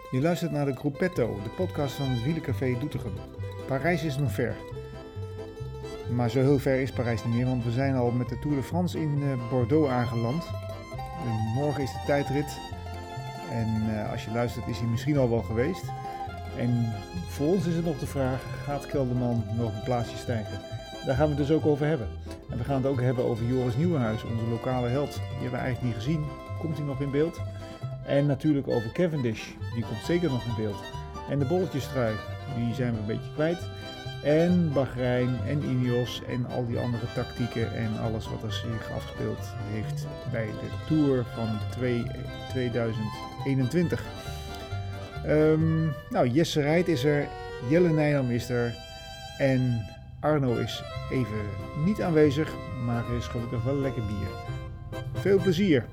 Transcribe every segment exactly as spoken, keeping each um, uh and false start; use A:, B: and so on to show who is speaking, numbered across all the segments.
A: Je luistert naar de Gruppetto, de podcast van het Wielencafé Doetinchem. Parijs is nog ver. Maar zo heel ver is Parijs niet meer, want we zijn al met de Tour de France in uh, Bordeaux aangeland. En morgen is de tijdrit. En uh, als je luistert is hij misschien al wel geweest. En voor ons is het nog de vraag, gaat Kelderman nog een plaatsje stijgen? Daar gaan we het dus ook over hebben. En we gaan het ook hebben over Joris Nieuwenhuis, onze lokale held. Die hebben we eigenlijk niet gezien. Komt hij nog in beeld? En natuurlijk over Cavendish, die komt zeker nog in beeld. En de bolletjestrui, die zijn we een beetje kwijt. En Bahrein en Ineos en al die andere tactieken en alles wat er zich afgespeeld heeft bij de Tour van tweeduizend eenentwintig. Um, nou, Jesse Rijt is er, Jelle Nijland is er en Arno is even niet aanwezig, maar er is gelukkig wel lekker bier. Veel plezier!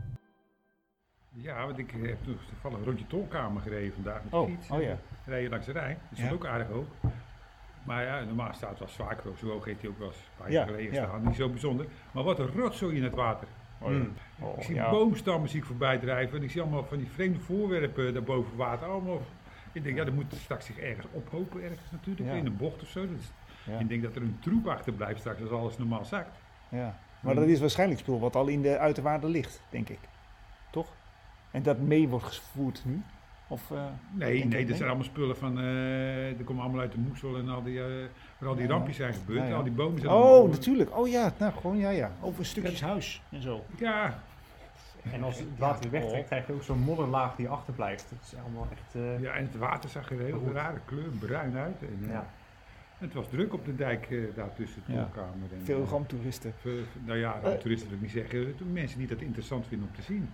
B: Ja, want ik heb toevallig een rondje Tolkamer gereden vandaag met de
A: oh,
B: fiets.
A: Oh ja.
B: Rijden langs de Rijn, dat is
A: ja.
B: ook aardig hoog. Maar ja, normaal staat het wel zwaar, zo hoog heeft hij ook wel eens een paar
A: ja,
B: jaar geleden
A: ja.
B: staan. Niet zo bijzonder. Maar wat een rotzooi in het water.
A: Mm. Oh,
B: ik zie
A: ja.
B: boomstammen zie ik voorbij drijven en ik zie allemaal van die vreemde voorwerpen daarboven water. Allemaal. Ik denk, ja, dat moet straks zich ergens ophopen, ergens natuurlijk, ja. in een bocht of zo. Dat is, ja. Ik denk dat er een troep achter blijft straks als alles normaal zakt.
A: Ja, maar dat is waarschijnlijk spul wat al in de uiterwaarden ligt, denk ik. Toch? En dat mee wordt gevoerd nu? Of, uh,
B: nee, nee, dat zijn allemaal spullen van, uh, die komen allemaal uit de Moezel en al die, uh, waar al die ja. rampjes zijn gebeurd, ja, ja. al die bomen zijn
A: Oh,
B: allemaal...
A: natuurlijk. Oh ja, nou gewoon ja, ja. Over stukjes ja. huis en zo.
B: Ja.
C: En als het water weer wegtrekt, krijg je ook zo'n modderlaag die achterblijft. Dat is allemaal echt... Uh,
B: ja, en het water zag er heel goed. Rare kleur, bruin uit. En, uh, ja. Het was druk op de dijk uh, daar tussen de Tolkamer.
A: Ja. Veel ramptoeristen.
B: Uh, nou ja, ramptoeristen wil ik niet zeggen. Mensen die dat interessant vinden om te zien.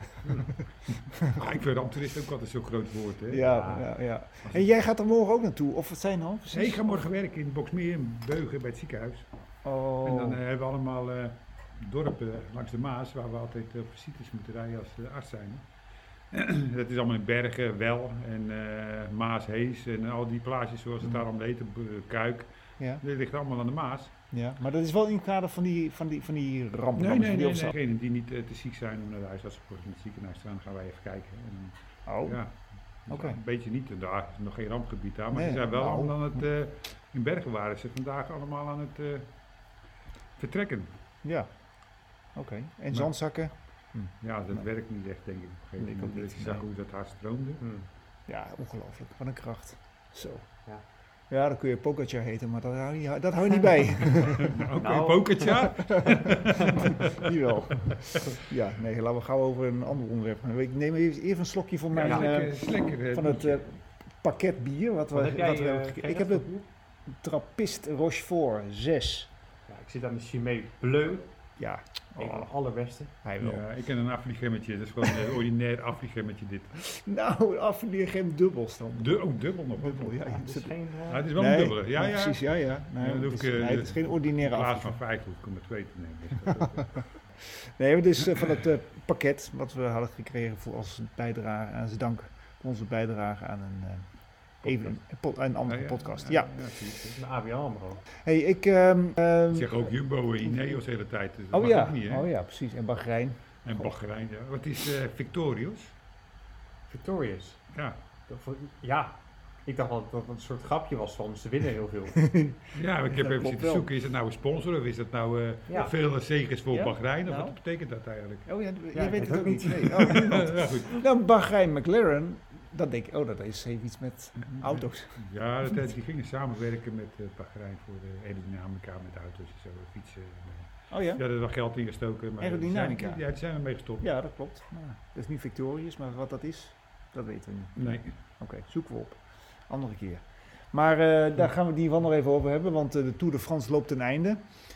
B: ja, ik vind ramptoeristen ook altijd zo'n groot woord. Hè?
A: Ja, ja, ja. En jij gaat er morgen ook naartoe? Of wat zijn nou? Precies?
B: Nee, ik ga morgen werken in Boxmeer in Beugen bij het ziekenhuis.
A: Oh.
B: En dan uh, hebben we allemaal uh, dorpen langs de Maas waar we altijd op uh, visites moeten rijden als uh, arts zijn. Dat is allemaal in Bergen, Wel en uh, Maas, Hees en al die plaatsjes zoals het daar allemaal heet, Kuik.
A: Ja.
B: Dat ligt allemaal aan de Maas.
A: Ja, maar dat is wel in het kader van die, van die, van die rampen.
B: Nee, nee, nee, nee. Degenen die niet uh, te ziek zijn om naar de huisartsenpost in het ziekenhuis te gaan, gaan wij even kijken. En,
A: oh,
B: ja,
A: oké. Okay.
B: Een beetje niet, daar is nog geen rampgebied daar, maar
A: nee,
B: ze zijn wel
A: nou.
B: allemaal aan het, uh, in Bergen waren ze vandaag allemaal aan het uh, vertrekken.
A: Ja, oké. Okay. En maar, zandzakken?
B: Hm. Ja, dat nee. werkt niet echt, denk ik. Op een gegeven moment, je zag hoe dat hard stroomde.
A: Hm. Ja, ongelooflijk. Wat een kracht. Zo.
C: Ja.
A: Ja, dan kun je Pogacar heten, maar dat hou je, dat hou je niet bij.
B: Oké, okay, nou. Pogacar?
A: Die wel. Ja, nee, laten we gauw over een ander onderwerp gaan. Ik neem even een slokje van, mijn, ja, lekker, uh, lekker, van het uh, pakket bier. Wat, wat we,
C: heb
A: wat
C: jij,
A: we,
C: uh,
A: ik heb de Trappist Rochefort zes.
C: Ja, ik zit aan de Chimay Bleu.
A: Ja.
C: Een van de allerbeste.
A: Hij wil.
B: Ja, ik ken een afvliegemmetje, dat is gewoon een ordinair afvliegemmetje dit.
A: Nou, een afvliegem dubbels dan.
B: Du oh, dubbel nog.
A: Dubbel, ja.
C: Het is, geen, uh...
B: ja, het is wel
A: nee,
B: een dubbele. Ja, ja.
A: Precies, ja, ja. Nee,
B: ja,
A: het, is, ik, nee, het is geen ordinaire
B: afvliegem. In
A: afvliegem.
B: plaats van vijf komma twee te nemen.
A: Nee, het is uh, van het uh, pakket wat we hadden gekregen voor als bijdrage, als dank voor onze bijdrage aan een... Uh, Even een, een, een andere ja, ja, podcast. Ja.
C: ja. ja. Een A B N AMRO.
A: Hey, ik... Um, um,
B: ik zeg ook Jumbo en Ineos de hele tijd. Dus
A: oh ja,
B: niet,
A: oh ja, precies. En Bahrein.
B: En Bahrein, ja. Wat is uh, Victorious?
C: Victorious?
B: Ja.
C: Ja. Ik dacht wel dat het een soort grapje was van ze winnen heel veel.
B: Ja, ik heb even zitten zoeken. Is het nou een sponsor of is het nou uh, ja. veel zegers voor ja? Bahrein? Of nou? Wat betekent dat eigenlijk?
A: Oh ja, jij ja, weet het ook niet. Nee. Oh, ja, goed. Nou, Bahrein McLaren... Dan denk ik, oh, dat is heeft iets met auto's.
B: Ja, dat, die gingen samenwerken met uh, Bahrein voor de aerodynamica met auto's en zo, fietsen.
A: Oh ja?
B: Ja, er is wel geld in gestoken. Maar
A: aerodynamica?
B: Zijn, ja, die zijn er mee gestopt.
A: Ja, dat klopt. Nou, dat is niet Victorious, maar wat dat is, dat weten we niet.
B: Nee.
A: Oké, okay, zoeken we op. Andere keer. Maar uh, daar gaan we die wel nog even over hebben, want uh, de Tour de France loopt ten einde.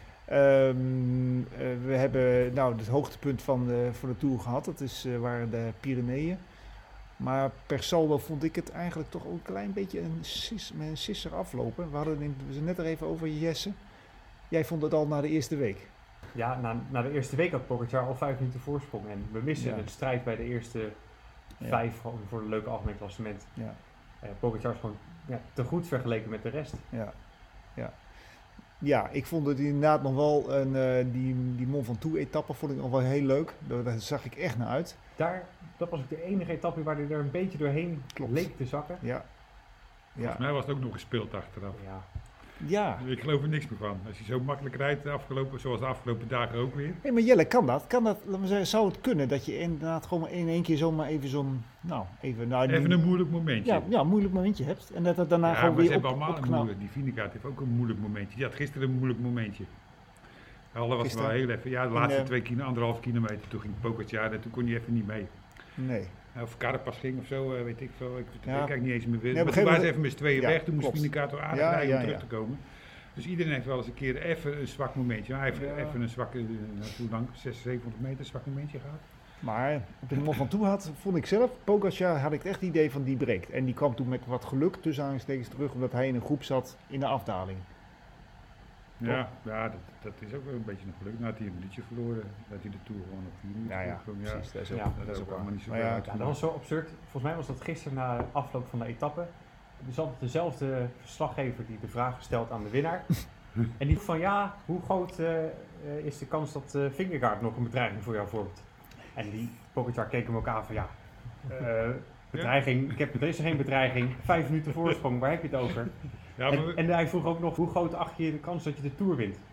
A: Um, uh, we hebben nou het hoogtepunt van de, van de Tour gehad, dat is, uh, waren de Pyreneeën. Maar per saldo vond ik het eigenlijk toch ook een klein beetje een sis, met een sisser aflopen. We hadden het we net er even over, Jesse. Jij vond het al na de eerste week.
C: Ja, na, na de eerste week had Pogacar al vijf minuten voorsprong. En we missen ja. een strijd bij de eerste ja. vijf voor, voor een leuke algemeen klassement.
A: Ja.
C: Uh, Pogacar is gewoon ja, te goed vergeleken met de rest.
A: Ja, ja. Ja, ik vond het inderdaad nog wel, een, uh, die, die Mont Ventoux etappe vond ik nog wel heel leuk. Daar, daar zag ik echt naar uit.
C: Daar, dat was ook de enige etappe waar hij er een beetje doorheen
A: Klopt.
C: leek te zakken.
A: Ja. Ja.
B: Volgens mij was het ook nog gespeeld achteraf.
C: Ja.
A: Ja.
B: Ik geloof er niks meer van. Als je zo makkelijk rijdt, de afgelopen, zoals de afgelopen dagen ook weer.
A: Hey, maar Jelle, kan dat? Kan dat, laten we zeggen, zou het kunnen dat je inderdaad gewoon in één keer zomaar even zo'n, nou, even, nou,
B: Even
A: niet-
B: een moeilijk momentje.
A: ja, ja, een moeilijk momentje hebt en dat het daarna
B: Ja,
A: gewoon
B: maar ze
A: weer
B: hebben
A: op,
B: allemaal een
A: opknapt.
B: moeilijk. Die Vindegaard heeft ook een moeilijk momentje. Die had gisteren een moeilijk momentje. Alle was
A: Gisteren?
B: wel heel even. Ja, de
A: In,
B: laatste
A: eh,
B: twee kilo, anderhalf kilometer. Toen ging Pogacar en toen kon hij even niet mee.
A: Nee.
B: Of Carapaz ging of zo, eh, weet ik veel. Ik,
A: Ja.
B: ik kijk niet eens meer.
A: Nee,
B: maar
A: op een
B: toen
A: gegeven
B: waren ze
A: moment-
B: even met z'n tweeën
A: Ja,
B: weg. Toen moest
A: klopt.
B: Vindegaard toch aardig
A: Ja,
B: rijden
A: ja,
B: om terug
A: ja.
B: te komen. Dus iedereen heeft wel eens een keer even een zwak momentje. Hij heeft
A: Ja.
B: even een zwak, uh, hoe lang? zeshonderd, zevenhonderd meter zwak momentje gehad.
A: Maar op het moment van toe had, vond ik zelf, Pogacar had ik echt het idee van die breekt. En die kwam toen met wat geluk tussen aanstekens terug, omdat hij in een groep zat in de afdaling.
B: Ja, ja dat, dat is ook wel een beetje een geluk. Nou had hij een minuutje verloren. Dat hij de Tour gewoon op vier minuten
A: Nou ja,
B: terugkwam.
A: precies. Dat is ook,
C: Ja,
B: Dat is ook allemaal niet zo
A: Maar
B: veel
A: ja,
B: uit.
C: Ja, dat was zo absurd. Volgens mij was dat gisteren na de afloop van de etappe. Er zat dezelfde verslaggever die de vraag stelt aan de winnaar. En die van ja, hoe groot eh, eh, is de kans dat uh, Vingegaard nog een bedreiging voor jou vormt? En die Pogacar keek hem ook aan van ja, eh, bedreiging, ik heb, er is er geen bedreiging, vijf minuten voorsprong, waar heb je het over?
B: Ja, maar
C: En,
B: we-
C: en hij vroeg ook nog, hoe groot acht je de kans dat je de Tour wint?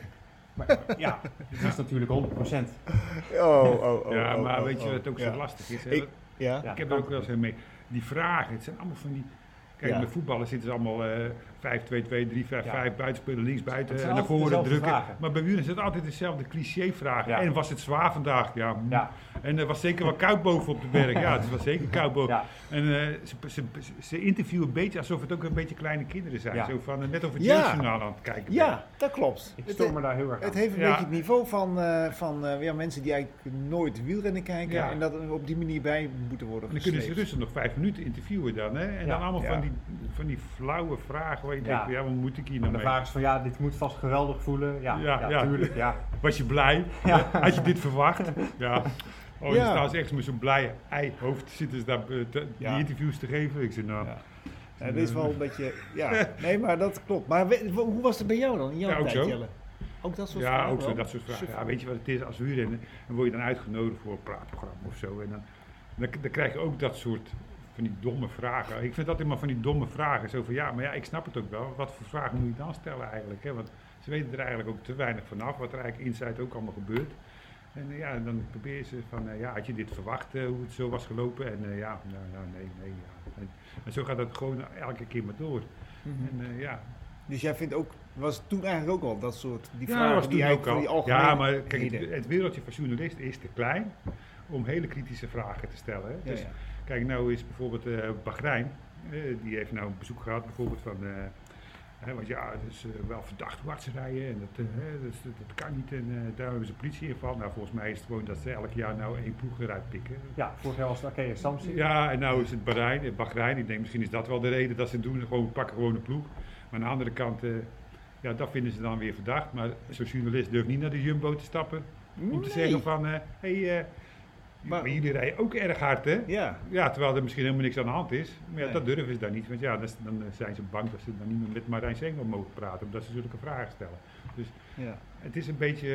C: Maar ja, het is natuurlijk honderd procent.
A: Oh, oh, oh.
B: ja,
A: oh,
B: maar
A: oh,
B: weet je
A: oh.
B: wat ook
A: Ja.
B: zo lastig is? Hè?
A: Ik- Ja?
C: Ja.
B: Ik heb er ook wel eens mee. Die vragen, het zijn allemaal van die... Kijk,
A: Ja.
B: bij voetballen zitten ze allemaal eh vijf twee twee, drie vijf vijf,
C: Ja.
B: buitenspelen, links buiten
C: Het zijn
B: en naar
C: altijd
B: voren
C: dezelfde
B: drukken.
C: vragen.
B: Maar bij wielrennen is het altijd dezelfde cliché-vragen.
C: Ja.
B: En was het zwaar vandaag? Ja. hm.
C: Ja,
B: En er was zeker wel koud boven op de berg. Ja, het was zeker koud boven.
C: ja.
B: En eh, ze, ze, ze, ze interviewen een beetje alsof het ook een beetje kleine kinderen zijn.
C: Ja.
B: Zo van, eh, net of het
A: Ja.
B: jeugdjournaal aan het kijken bent.
A: Ja, dat klopt.
C: Ik
A: Het,
C: stoor me daar heel erg aan.
A: het heeft een
B: Ja.
A: beetje het niveau van, eh, van eh, ja, mensen die eigenlijk nooit wielrennen kijken
B: Ja.
A: en dat er op die manier bij moeten worden
B: En dan kunnen ze
A: gesleept.
B: rustig nog vijf minuten interviewen dan. Hè? En
C: Ja.
B: dan allemaal
A: Ja.
B: van, die, van die flauwe vragen waar je
C: Ja.
B: denkt, ja, wat moet ik hier nou
C: En de
B: mee?
C: vraag is van ja, dit moet vast geweldig voelen. Ja,
B: Ja,
C: ja,
B: ja.
C: tuurlijk. Ja.
B: Was je blij?
C: Ja.
B: Had je dit verwacht? Ja. Oh,
A: Ja.
B: dan staan ze echt met zo'n blije ei-hoofd zitten ze daar eh, te-
A: Ja.
B: die interviews te geven. Ik zeg, nou,
A: Ja. Ja, dat is wel een beetje, ja, nee, maar dat klopt. Maar we- hoe was het bij jou dan, in jouw
B: Ja, ook
A: tijd,
B: zo.
A: Jelle? Ook dat soort
B: ja,
A: vragen
B: ook zo,
A: wel?
B: dat soort vragen.
A: Suf-
B: Ja, weet je wat het is als wielrenner? Dan word je dan uitgenodigd voor een praatprogramma of zo. En dan, dan, dan krijg je ook dat soort van die domme vragen. Ik vind dat immer van die domme vragen. Zo van, ja, maar ja, ik snap het ook wel. Wat voor vragen moet je dan stellen eigenlijk? Hè? Want ze weten er eigenlijk ook te weinig vanaf, wat er eigenlijk inside ook allemaal gebeurt. En uh, ja, dan probeer je ze van, uh, ja, had je dit verwacht, uh, hoe het zo was gelopen? En uh, ja, nou, nou, nee, nee, ja. En, en zo gaat het gewoon elke keer maar door.
A: Mhm.
B: En uh, ja,
A: Dus jij vindt ook, was het toen eigenlijk ook al dat soort, die
B: ja,
A: vragen
B: was
A: die
B: toen ook
A: eigenlijk
B: al.
A: voor die algemene
B: Ja, maar kijk, het,
A: reden-
B: het wereldje van journalist is te klein om hele kritische vragen te stellen. Hè?
A: Ja,
B: Dus
A: ja.
B: kijk, nou is bijvoorbeeld uh, Bahrein, uh, die heeft nou een bezoek gehad bijvoorbeeld van... Uh, He, want ja, het is uh, wel verdacht hoe hard ze rijden en dat, uh, he, dat, dat, dat kan niet en uh, daar hebben ze politie inval. Nou, volgens mij is het gewoon dat ze elk jaar nou één ploeg eruit pikken.
C: Ja, vorig jaar was het Arkea Samsic.
B: Ja, en nou is het Bahrein, Bahrein. Ik denk misschien is dat wel de reden dat ze het doen, gewoon pakken gewoon een ploeg. Maar aan de andere kant, uh, ja, dat vinden ze dan weer verdacht. Maar zo'n journalist durft niet naar de Jumbo te stappen om te
A: Nee.
B: zeggen van, hé, uh, hey, uh,
A: Maar-
B: maar jullie rijden ook erg hard, hè?
A: Ja,
B: Ja, terwijl er misschien helemaal niks aan de hand is. Maar ja,
A: Nee.
B: dat durven ze dan niet. Want ja, dan, is- dan zijn ze bang dat ze dan niet meer met Marijn Sengel mogen praten. Omdat ze zulke vragen stellen. Dus
A: ja.
B: het is een beetje,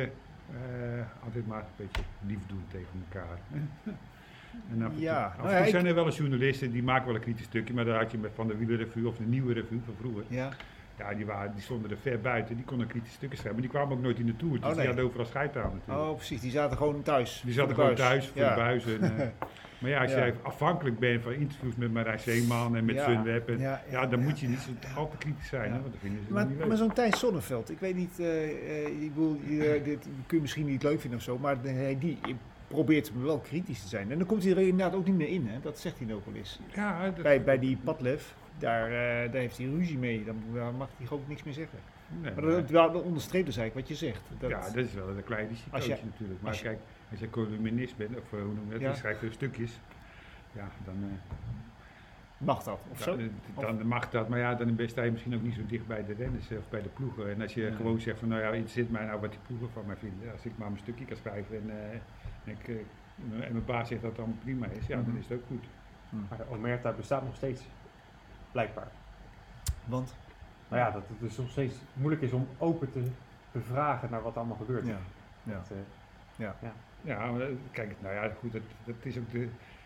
B: uh, altijd maar een beetje lief doen tegen elkaar. En af en
A: Ja,
B: toe, af en
A: nou
B: toe
A: ja, ik-
B: zijn er wel eens journalisten die maken wel een kritisch stukje. Maar daar had je met van de wielerrevue of de nieuwe revue van vroeger.
A: Ja.
B: Ja, die, waren, die stonden er ver buiten. Die konden kritisch stukken schrijven. Maar die kwamen ook nooit in de Tour. Dus
A: Oh, nee.
B: die hadden overal scheid aan natuurlijk.
A: Oh, precies, die zaten gewoon thuis.
B: Die
A: voor
B: zaten
A: de
B: gewoon
A: buis.
B: thuis voor
A: Ja.
B: de buis. En, uh, maar ja, als
A: Ja.
B: jij afhankelijk bent van interviews met Marijn Zeeman en met
A: Ja.
B: Sunweb, en,
A: Ja,
B: ja,
A: ja,
B: dan
A: ja,
B: moet je niet zo al te kritisch zijn,
A: Ja.
B: hè, want dan vinden ze
A: Maar,
B: het niet leuk.
A: maar zo'n Thijs Sonneveld, ik weet niet, eh, eh, ik bedoel, je, dit kun je misschien niet leuk vinden of zo, maar de- die probeert wel kritisch te zijn. En dan komt hij er inderdaad ook niet meer in, hè? Dat zegt hij ook wel eens.
B: ja, dat,
A: Bij, bij die Padlef, daar, eh, daar heeft hij ruzie mee, dan daar mag hij gewoon niks meer zeggen.
B: nee,
A: Maar
B: maar-
A: dat, dat onderstreept dus eigenlijk wat je zegt. Dat,
B: ja, dat is wel een klein risicootje
A: Als je-
B: natuurlijk. Maar
A: als je-
B: kijk, als je columnist bent, of uh, hoe noem je dat,
A: Ja.
B: je schrijft er stukjes, ja, dan, uh,
A: mag dat, of zo?
B: dan, uh, dan mag dat. Maar ja, dan sta je misschien ook niet zo dicht bij de renners uh, of bij de ploegen. En als je
A: Ja.
B: gewoon zegt van, nou ja, het zit mij nou wat die ploegen van mij vinden. Als ik maar mijn stukje kan schrijven en, uh, ik, uh, en mijn baas zegt dat het allemaal prima is, ja,
A: Mhm.
B: dan is het ook goed.
C: Maar de Omerta bestaat nog steeds. Blijkbaar.
A: Want?
C: Nou ja, dat het dus nog steeds moeilijk is om open te bevragen naar wat allemaal gebeurt.
A: Ja, ja.
C: Dat, eh,
B: Ja, maar, kijk, nou ja, goed, dat, dat is ook de,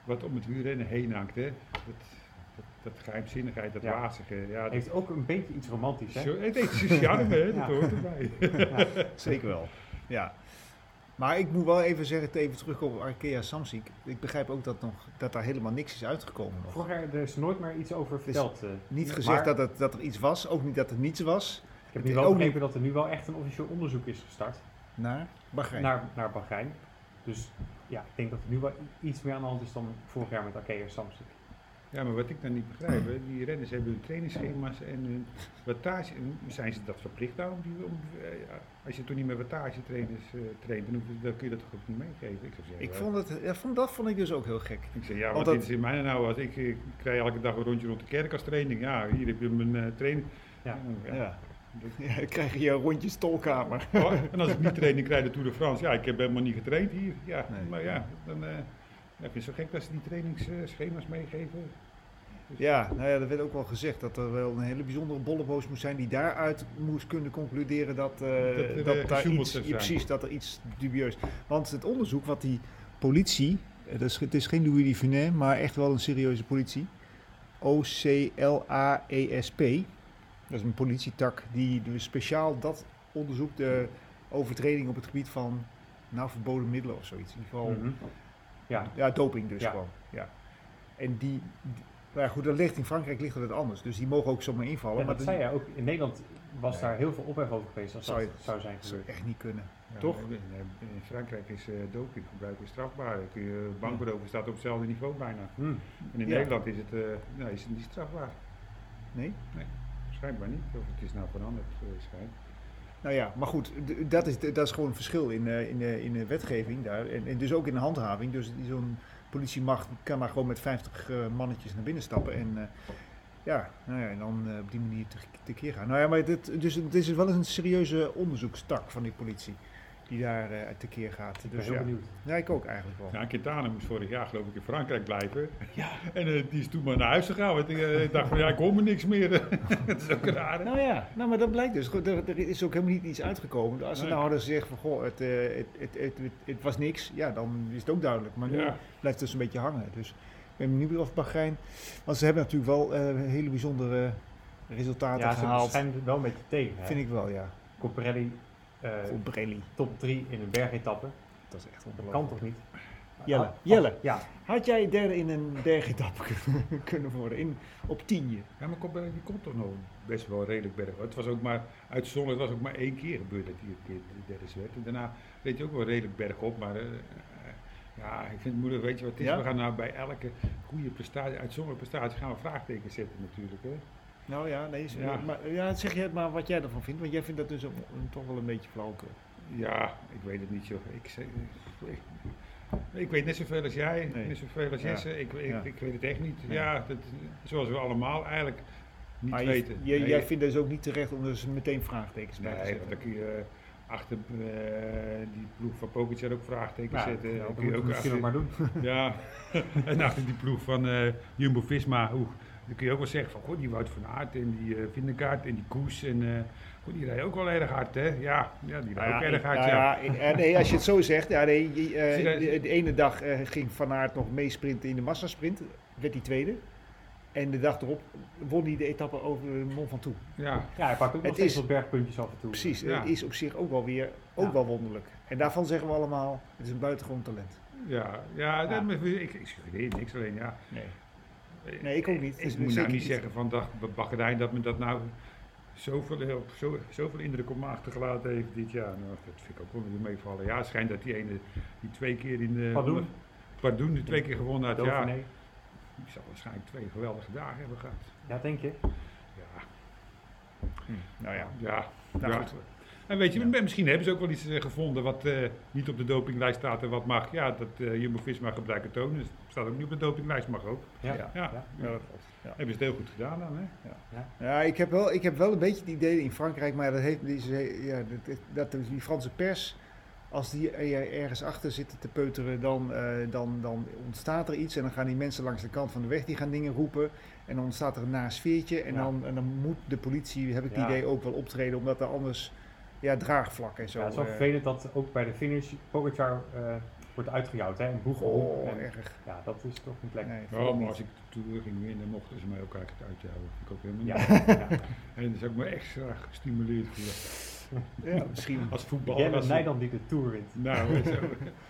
B: wat om het wielrennen heen hangt. Hè. Dat, dat, dat geheimzinnigheid, dat
C: Ja.
B: wazige. Ja, dat,
C: Heeft ook een beetje iets romantisch, hè?
B: zo, het heeft zijn charme, hè, dat
C: Ja.
B: hoort erbij.
C: Ja.
A: Zeker wel. Ja. Maar ik moet wel even zeggen, even terugkomen op Arkea Samsic. Ik begrijp ook dat, nog, dat daar helemaal niks is uitgekomen nog.
C: Vorig jaar er is nooit meer iets over verteld. eh.
A: Niet gezegd
C: Maar
A: dat, het, dat er iets was, ook niet dat er niets was.
C: Ik heb
A: het
C: nu wel
A: ook
C: begrepen dat er nu wel echt een officieel onderzoek is gestart
A: Naar Bahrein.
C: naar, naar Bahrein. Dus ja, ik denk dat er nu wel i- iets meer aan de hand is dan vorig jaar met Arkea Samsic.
B: Ja, maar wat ik dan niet begrijp, hè, die renners hebben hun trainingsschema's en hun wattage. En zijn ze dat verplicht nou? Om die, om, eh, ja, als je toch niet met wattagetrainers uh, traint, dan, hoef je- dan kun je dat toch ook niet meegeven? Ik zou zeggen,
A: Ik
B: eh,
A: vond het, ja, vond, dat vond ik dus ook heel gek.
B: ik zeg, ja,
A: Want
B: wat
A: dat-
B: interesseert mij nou? Als ik, ik krijg elke dag een rondje rond de kerk als training. Ja, hier heb je mijn uh, training.
C: Ja.
B: Ja.
A: Ja.
B: Dat-
A: Ja, dan krijg je een rondje stolkamer.
B: Oh, en als ik niet train, dan krijg je de Tour de France. Ja, ik heb helemaal niet getraind hier. Ja,
A: Nee.
B: maar ja, dan uh, ja, vind je het zo gek dat ze die trainingsschema's meegeven. Dus-
A: Ja, nou ja, er werd ook wel gezegd dat er wel een hele bijzondere bolleboos moest zijn die daaruit moest kunnen concluderen dat, uh,
B: Dat
A: dat,
B: er,
A: dat
B: eh,
A: daar
B: gesjoemeld
A: iets,
B: zou
A: ja,
B: zijn.
A: precies, dat er iets dubieus. Want het onderzoek wat die politie, eh, dat is, het is geen Louis de Funès, maar echt wel een serieuze politie, O C L A E S P, dat is een politietak die dus speciaal dat onderzoekt, de overtreding op het gebied van nou verboden middelen of zoiets. In ieder geval,
C: Mhm. Ja,
A: ja, doping dus
C: Ja.
A: gewoon. Ja. En die, die- maar ja, goed, dat ligt in Frankrijk ligt dat anders. Dus die mogen ook zomaar invallen.
C: en
A: maar
C: dat
A: dat
C: zei jij ook. In Nederland was
A: Nee.
C: daar heel veel ophef over geweest als
A: Zou
C: dat
A: je-
C: zou zijn
A: dat zou
C: gebeurd.
A: echt niet kunnen.
B: Ja,
A: Toch?
B: In, in- in Frankrijk is uh, dopinggebruik weer strafbaar. Dan kun je bankberoven staat op hetzelfde niveau bijna.
C: Hm.
B: En in
A: Ja.
B: Nederland is het, uh, nou, is het niet strafbaar.
A: Nee?
B: Schijnbaar niet. Of het is nou veranderd, uh, schijnt.
A: Nou ja, maar goed, d- dat is, dat is gewoon een verschil in, eh, in, de, in de wetgeving daar. En, en dus ook in de handhaving. Dus die- zo'n politiemacht kan maar gewoon met vijftig eh, mannetjes naar binnen stappen. En eh, ja, nou ja, en dan eh, op die manier te- tekeer gaan. Nou ja, maar dit, dus, het is wel een serieuze onderzoekstak van die politie. Die daar eh tekeer gaat.
C: Ik ben
A: Dus
C: heel
A: ja.
C: benieuwd.
A: ja, ik ook eigenlijk wel.
B: Ja, Quintana moest vorig jaar geloof ik in Frankrijk blijven.
A: Ja.
B: En uh, die is toen maar naar huis gegaan. Want ik uh, dacht van ja, ik hoor me niks meer. Dat is ook raar. Hè?
A: Nou ja, nou, maar dat blijkt dus. Goed, Er, er is ook helemaal niet iets uitgekomen. Als ze
B: Nee.
A: nou hadden gezegd van goh, het, eh, het, het, het, het, het was niks, ja, dan is het ook duidelijk. Maar nu
B: Ja.
A: blijft het dus een beetje hangen. Dus ik ben benieuwd of Bahrein, want ze hebben natuurlijk wel eh, hele bijzondere resultaten
C: Ja, ze
A: gehaald.
C: schijnen er wel een beetje tegen. hè.
A: Vind ik wel, ja.
C: Coprelli, eh,
A: Voor Brelli.
C: top drie in een bergetappe.
A: Dat is echt
C: Dat
A: ongelooflijk.
C: kan toch niet?
A: Jelle,
C: Ah,
A: Jelle.
C: Ja,
A: Had jij derde in een bergetappe kunnen- kunnen worden? In, op tienje?
B: Ja, maar Coppelli, die komt toch nog best wel redelijk berg. Het was ook maar uitzonderlijk, het was ook maar één keer gebeurd dat hij een keer de derde werd. En daarna reed hij ook wel redelijk bergop, maar uh, uh, ja, ik vind het moeilijk, weet je wat het is?
A: Ja?
B: We gaan nou bij elke goede prestatie, uitzonderlijke prestatie, gaan we vraagtekens zetten natuurlijk. Hè?
A: Nou ja, nee, is-
B: Ja.
A: Maar, ja, zeg je maar wat jij ervan vindt, want jij vindt dat dus ook, een- toch wel een beetje flauwkul.
B: Ja, ik weet het niet joh. Ik, zeg- ik, ik weet net zoveel als jij,
A: Nee.
B: net zoveel als
A: Ja.
B: Jesse. Ik, ik,
A: Ja.
B: ik weet het echt niet.
A: Nee.
B: Ja, dat, zoals we allemaal eigenlijk niet
A: Maar je-
B: weten.
A: je-
B: Nee.
A: jij vindt dus ook niet terecht om dus meteen vraagtekens bij te
B: Nee,
A: zetten.
B: want dan kun je achter eh, die ploeg van Pogacar ook vraagtekens
C: ja,
B: zetten.
C: ja,
B: Dan
C: dat
B: kun je
C: moeten we
B: ook
C: misschien ook
B: achter,
C: maar doen.
B: ja, en achter die ploeg van eh, Jumbo-Visma, oeh, dan kun je ook wel zeggen van, goh, die Wout van Aert en die uh, Vingegaard en die Koes en uh, goh, die rijden ook wel erg hard, hè? Ja, ja die rijden
A: Nou
B: ook
A: ja,
B: erg
A: ik-
B: hard,
A: nou
B: ja.
A: ja, ik- eh, nee, als je het zo zegt, ja, nee, je, eh,
B: Zie je dat-
A: de, de ene dag eh, ging Van Aert nog meesprinten in de massasprint, werd hij tweede. En de dag erop won hij de etappe over de Mont Ventoux.
B: Ja,
C: Ja, hij pakt ook nog
A: Het
C: steeds
A: is-
C: wat bergpuntjes af en toe.
A: Precies,
B: Ja.
A: dat is op zich ook wel weer ook
C: Ja.
A: wel wonderlijk. En daarvan zeggen we allemaal, het is een buitengewoon talent.
B: ja, ja,
C: Ja.
B: dat- ik, ik suggereer niks, alleen ja.
A: Nee. Nee, ik ook niet.
B: Ik
A: Dus
B: moet
A: zeker
B: nou niet
A: niet.
B: zeggen van dag Bahrein dat me dat nou zoveel, eh, op zo, zoveel indruk op me achtergelaten heeft dit jaar. Nou, dat vind ik ook wel weer meevallen. Ja, het schijnt dat die ene die twee keer in de
C: Pardoen.
B: Pardoen die twee keer gewonnen had. Ja,
C: Dauphiné.
B: die zal waarschijnlijk twee geweldige dagen hebben gehad.
C: Ja, denk je?
B: Ja,
A: Hm, nou ja,
B: ja.
A: nou
B: ja.
A: goed.
B: En weet je,
A: Ja.
B: misschien hebben ze ook wel iets eh, gevonden wat eh, niet op de dopinglijst staat en wat mag. Ja, dat uh, Jumbo-Visma gebruiken tonen. Dus het staat ook niet op de dopinglijst, mag ook.
C: Ja.
A: Ja.
B: Ja,
C: Ja.
A: Ja, dat klopt. Ja.
B: hebben ze het heel goed gedaan dan, hè?
A: Ja, ik heb, wel, ik heb wel een beetje het idee in Frankrijk, maar dat heeft deze, ja, dat, dat, dat die Franse pers, als die er ergens achter zitten te peuteren, dan, eh, dan, dan ontstaat er iets en dan gaan die mensen langs de kant van de weg, die gaan dingen roepen en dan ontstaat er een naar sfeertje en,
C: Ja.
A: dan, en dan moet de politie, heb ik het
C: Ja.
A: idee, ook wel optreden, omdat er anders ja, draagvlak en zo.
C: Ja, het is wel
A: eh,
C: vervelend dat ook bij de finish Pogacar eh, wordt uitgejouwd, hè, in Boegel.
A: Oh,
C: En,
A: erg.
C: ja, dat is toch niet lekker.
A: Nee,
B: Ja,
A: vooral
B: maar
A: niet.
B: als ik de Tour ging winnen, mochten ze mij ook eigenlijk uithouden. Dat vind ik ook helemaal
C: Ja,
B: niet.
C: ja.
B: En dat is ook maar extra gestimuleerd voor
A: Ja, misschien.
B: als voetballer.
C: Jelle
B: als-
C: Nijland die de Tour wint.
B: Nou, zo.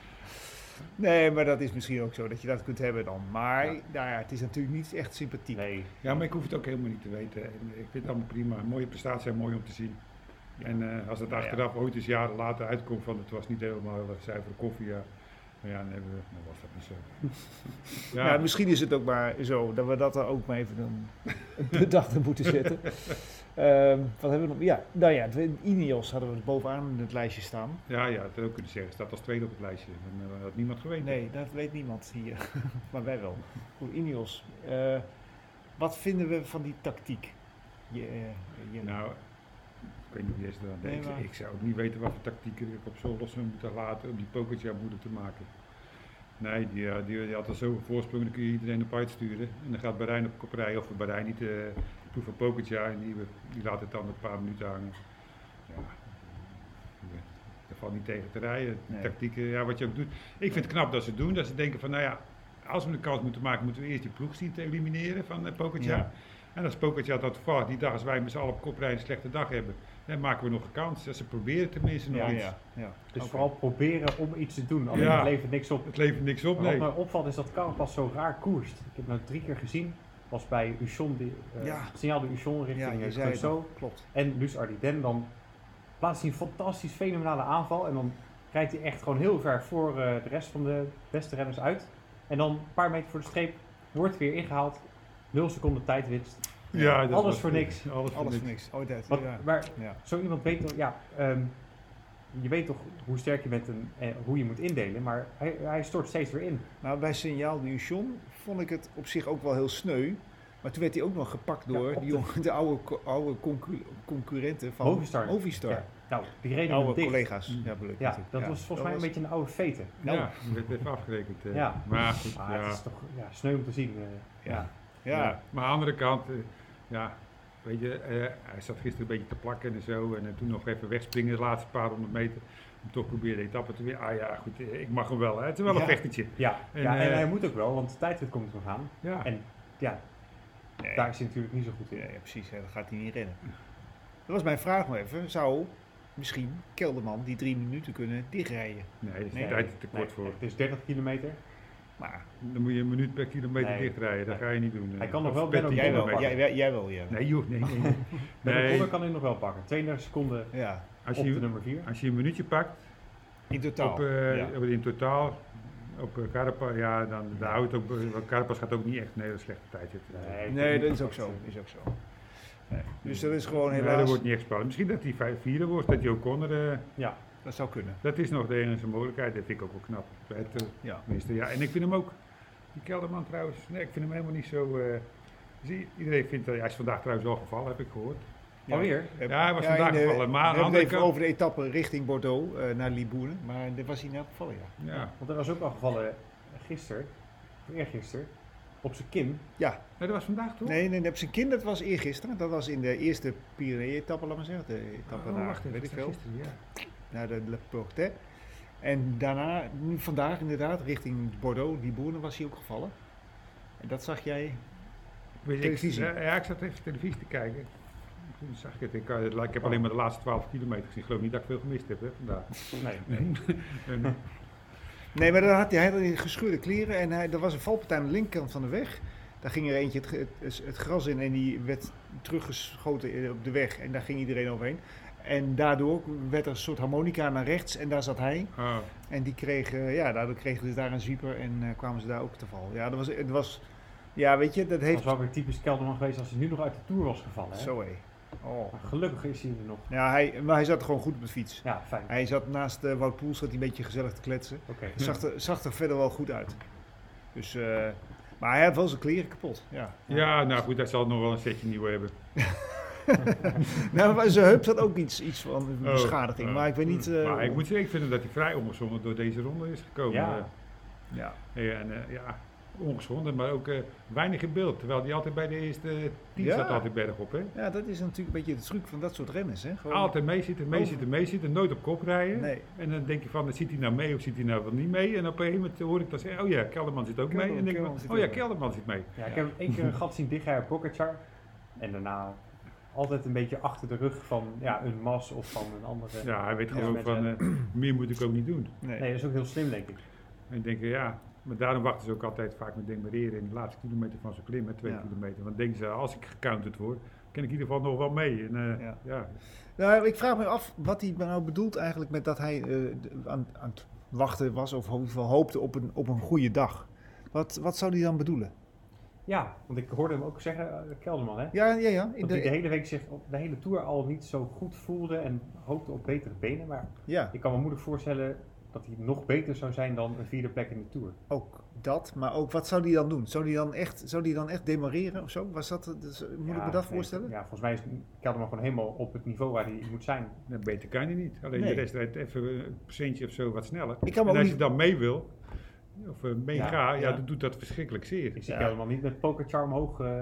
A: Nee, maar dat is misschien ook zo dat je dat kunt hebben dan. Maar
B: Ja.
A: nou ja, het is natuurlijk niet echt sympathiek.
C: Nee.
B: Ja, maar ik hoef het ook helemaal niet te weten. En ik vind het allemaal prima. Mooie prestaties zijn mooi om te zien. En uh, als het
A: Nou ja.
B: achteraf ooit eens jaren later uitkomt van het was niet helemaal uh, zuivere koffie, ja, nou ja, dan, hebben we, dan was dat niet zo.
A: Ja. misschien is het ook maar zo dat we dat er ook maar even een, een bedachte moeten zetten. Ehm, wat hebben we nog? Ja, nou ja, de Ineos hadden we er bovenaan in het lijstje staan.
B: Ja, ja, dat had ook kunnen zeggen. Staat als tweede op het lijstje. Dan uh, had niemand geweten.
A: Nee, dat weet niemand hier. Maar wij wel. Goed, Ineos. Uh, wat vinden we van die tactiek? Je, uh, je,
B: Nou, ik weet niet wie is er aan
A: Nee,
B: denkt.
A: maar-
B: Ik zou ook niet weten wat voor tactieken ik op zo los moeten laten om die pokertje moeder te maken. Nee, die, uh, die, die had al zoveel voorsprong, dan kun je iedereen op uitsturen. En dan gaat Bahrein op kop rijden, of Bahrein niet, uh, proef van pokertje en die, die laat het dan een paar minuten hangen. Ja, daar valt niet tegen te rijden. Die
A: Nee.
B: tactieken, ja, wat je ook doet. Ik vind het knap dat ze het doen, dat ze denken van, nou ja, als we een kans moeten maken, moeten we eerst die ploeg zien te elimineren van uh, pokertje.
A: Ja.
B: En als Pogacar dat toevallig die dag, als wij met z'n allen op kop rijden een slechte dag hebben, dan maken we nog een kans. Dat ze proberen tenminste nog
A: ja,
B: iets.
A: ja, ja.
C: Dus
A: Oké.
C: vooral proberen om iets te doen, alleen
B: Ja.
C: het levert niks op.
B: Het levert niks op,
C: Maar wat
B: nee.
C: mij opvalt is dat Carapaz zo raar koerst. Ik heb het nou drie keer gezien. Was bij Uchon, die, uh,
A: Ja.
C: signaal de Uchon
A: Ja,
C: richting
A: je
C: ja,
A: zei het
C: zo.
A: nog. Klopt.
C: En Luz Ardiden, dan plaatst hij een fantastisch fenomenale aanval. En dan rijdt hij echt gewoon heel ver voor uh, de rest van de beste renners uit. En dan een paar meter voor de streep wordt weer ingehaald. Nul seconden tijdwinst.
B: Ja, dat
C: Alles
B: was-
C: voor niks.
B: Alles voor
A: Alles
B: niks.
A: voor niks. Oh, dat.
C: Wat,
A: Ja.
C: Maar
A: Ja.
C: zo iemand weet toch, ja, ehm, je weet toch hoe sterk je bent en eh, hoe je moet indelen. Maar hij, hij stort steeds weer in.
A: Nou, bij Signaal de Uchon vond ik het op zich ook wel heel sneu. Maar toen werd hij ook nog gepakt door
C: Ja, op
A: die
C: de-
A: jongen, de oude, co- oude concu- concurrenten van
C: Movistar.
A: Movistar.
C: Ja. Nou, die reden hem
A: Oude
C: dicht.
A: collega's.
B: Mm.
A: Ja, bedoel ik
C: Ja,
A: natuurlijk.
C: dat
A: Ja,
C: was volgens mij een beetje een oude vete.
A: Nou.
B: Ja, die werd even afgerekend. eh.
C: Ja.
B: Maar goed,
C: Maar
B: ja.
C: het is toch ja, sneu om te zien. eh,
A: Ja.
C: ja.
A: Ja.
B: Ja. Maar aan de andere kant, eh, ja, weet je, eh, hij zat gisteren een beetje te plakken en zo. En eh, toen nog even wegspringen de laatste paar honderd meter. Om toch proberen de etappe te winnen. Ah ja, goed, eh, ik mag hem wel. Hè. Het is wel
A: Ja.
B: een vechtertje.
C: Ja,
B: En,
C: ja, en
B: eh,
C: hij moet ook wel, want de tijdrit komt nog aan.
B: Ja.
C: En ja,
A: Nee.
C: daar is hij natuurlijk niet zo goed in.
A: Ja, ja, precies. Ja, dan gaat hij niet rennen. Dat was mijn vraag nog even. Zou misschien Kelderman die drie minuten kunnen dichtrijden?
B: Nee, dat is
A: Nee.
B: nee, tijd te kort
C: Nee,
B: voor.
C: Het is dertig kilometer.
A: Maar
B: Dan moet je een minuut per kilometer
C: Nee.
B: dichtrijden. Dat
C: Nee.
B: ga je niet doen.
C: Hij
B: eh.
C: kan nog
B: Of
C: wel
B: per
C: Benno
B: tien
A: jij wel,
C: Kodder
B: kilometer.
A: jij, jij, jij wel, ja.
B: Nee joh, nee, nee. nee.
C: Bij de
B: Nee.
C: Kodder kan hij nog wel pakken. tweeëndertig seconden
A: Ja,
B: Als
C: op de
B: je,
C: nummer vier.
B: als je een minuutje pakt,
A: in totaal.
B: op, eh,
A: ja.
B: in totaal, op uh, Carapaz, ja, dan de houdt ook, want Carapaz gaat ook niet echt een hele slechte tijd zitten.
C: Nee,
A: Nee, dat is
C: dat
A: ook zo.
C: eh,
A: Is ook zo. Nee. Dus dat is gewoon
B: Nee,
A: helaas.
B: dat wordt niet echt spannend. Misschien dat hij vijf vierde wordt, dat hij ook Connor, uh,
C: Ja,
A: Dat zou kunnen.
B: dat is nog de enige mogelijkheid. Dat vind ik ook wel knap. Het, uh,
A: Ja.
B: tenminste, ja. En ik vind hem ook, die Kelderman trouwens, nee, ik vind hem helemaal niet zo, uh, zie, iedereen vindt, uh, hij is vandaag trouwens wel gevallen, heb ik gehoord.
C: alweer.
B: Ja, hij was vandaag
A: in de-
B: gevallen, maar aan
A: we
B: de
A: hebben
B: andere
A: het even
B: kant-
A: over de etappe richting Bordeaux uh, naar Libourne. Maar daar was hij net gevallen, ja.
B: Ja,
C: Want er was ook al gevallen eh, gisteren, of eergisteren, op zijn kin.
A: Ja,
B: nee, dat was vandaag toch?
A: nee, nee, nee, zijn kind, dat was eergisteren. Dat was in de eerste Pyrenee-etappe, laat maar zeggen. De etappe
B: Oh,
A: naar,
B: wacht even,
A: weet ik
B: dat was
A: veel,
B: gisteren, ja.
A: naar de Le Portet. En daarna, nu vandaag inderdaad, richting Bordeaux, Libourne was hij ook gevallen. En dat zag jij.
B: Weet je,
A: Televisie.
B: Ik, ja, ik zat even televisie te kijken. Toen zag ik het. Ik, uh, ik heb alleen maar de laatste twaalf kilometer gezien. Ik geloof niet dat ik veel gemist heb hè, vandaag.
C: Nee.
B: En,
A: Nee, maar dan had hij, hij had gescheurde kleren en hij, er was een valpartij aan de linkerkant van de weg. Daar ging er eentje het, het, het gras in en die werd teruggeschoten op de weg en daar ging iedereen overheen. En daardoor werd er een soort harmonica naar rechts en daar zat hij.
B: oh,
A: En die kregen, ja, daardoor kregen ze daar een zwieper en uh, kwamen ze daar ook te val. Ja, dat was, het was, ja, weet je, dat
C: Het was
A: heeft...
C: wel weer typisch Kelderman geweest als hij nu nog uit de Tour was gevallen. Hè?
A: Zo hé. Oh.
C: Maar gelukkig is hij er nog.
A: Ja, hij, maar hij zat gewoon goed op de fiets.
C: Ja, fijn.
A: Hij zat naast uh, Wout Poels, zat hij een beetje gezellig te kletsen.
C: Oké.
A: Het zag er, zag er verder wel goed uit. Dus, uh, maar hij had wel zijn kleren kapot. Ja.
B: ja, nou goed, hij zal nog wel een setje nieuw hebben.
A: Nou, maar zijn heup had ook iets, iets van een
B: Oh,
A: beschadiging.
B: oh.
A: Maar ik weet niet... Uh,
B: Maar ik moet zeker vinden dat hij vrij onbezonnen door deze ronde is gekomen.
C: Ja.
B: Eh,
A: ja.
B: ja, en, uh, ja, ongeschonden, maar ook uh, weinig in beeld. Terwijl die altijd bij de eerste tien
A: Ja.
B: zat altijd bergop. Hè?
A: Ja, dat is natuurlijk een beetje de truc van dat soort renners. Hè? Gewoon,
B: Altijd meezitten, meezitten, meezitten, nooit op kop rijden.
A: Nee.
B: En dan denk je van, ziet hij nou mee of ziet hij nou wel niet mee? En op een gegeven moment hoor ik dan zeggen, oh ja, Kelderman zit ook
A: Kelderman-
B: mee. En denk ik
A: Kelderman
B: van,
A: zit
B: oh ja,
A: ook mee.
B: Kelderman zit mee.
C: Ja, ik heb één keer een gat zien dichtrijden op Pogacar. En daarna altijd een beetje achter de rug van ja, een Mas of van een andere.
B: Ja, hij weet
C: Ja,
B: gewoon
C: met,
B: van, uh, meer moet ik ook niet doen.
A: Nee.
C: Nee, dat is ook heel slim, denk ik.
B: En ik denk, ja, maar daarom wachten ze ook altijd vaak met demereren in de laatste kilometer van zo'n klim, hè, twee
A: Ja.
B: kilometer. Want denken ze, als ik gecounterd word, kan ik in ieder geval nog wel mee. En, uh,
A: Ja.
B: ja.
A: Nou, ik vraag me af wat hij nou bedoelt eigenlijk met dat hij uh, aan, aan het wachten was of in ieder geval hoopte op een, op een goede dag. Wat, wat zou hij dan bedoelen?
C: Ja, want ik hoorde hem ook zeggen, uh, Kelderman, hè?
A: Ja, ja, ja. In
C: Dat hij de
A: de,
C: hele week zich op de hele Tour al niet zo goed voelde en hoopte op betere benen. Maar
A: ja,
C: ik kan me moeilijk voorstellen dat hij nog beter zou zijn dan een vierde plek in de Tour.
A: ook dat. Maar ook wat zou hij dan doen? Zou hij dan echt, zou hij dan echt demareren of zo? Was dat, dus, moet ik
C: Ja,
A: me dat
C: nee,
A: voorstellen?
C: Ja, volgens mij is Kelderman gewoon helemaal op het niveau waar hij moet zijn.
B: Nou, beter kan je niet. Alleen
A: Nee.
B: de rest rijdt even een procentje of zo wat sneller.
A: Ik kan me
B: En
A: ook
B: als
A: niet-
B: je dan mee wil, of uh, meega, ja,
C: Ja, ja.
B: dan doet dat verschrikkelijk zeer.
C: Ik zie
A: Ja.
C: Kelderman niet met Pogacar omhoog uh,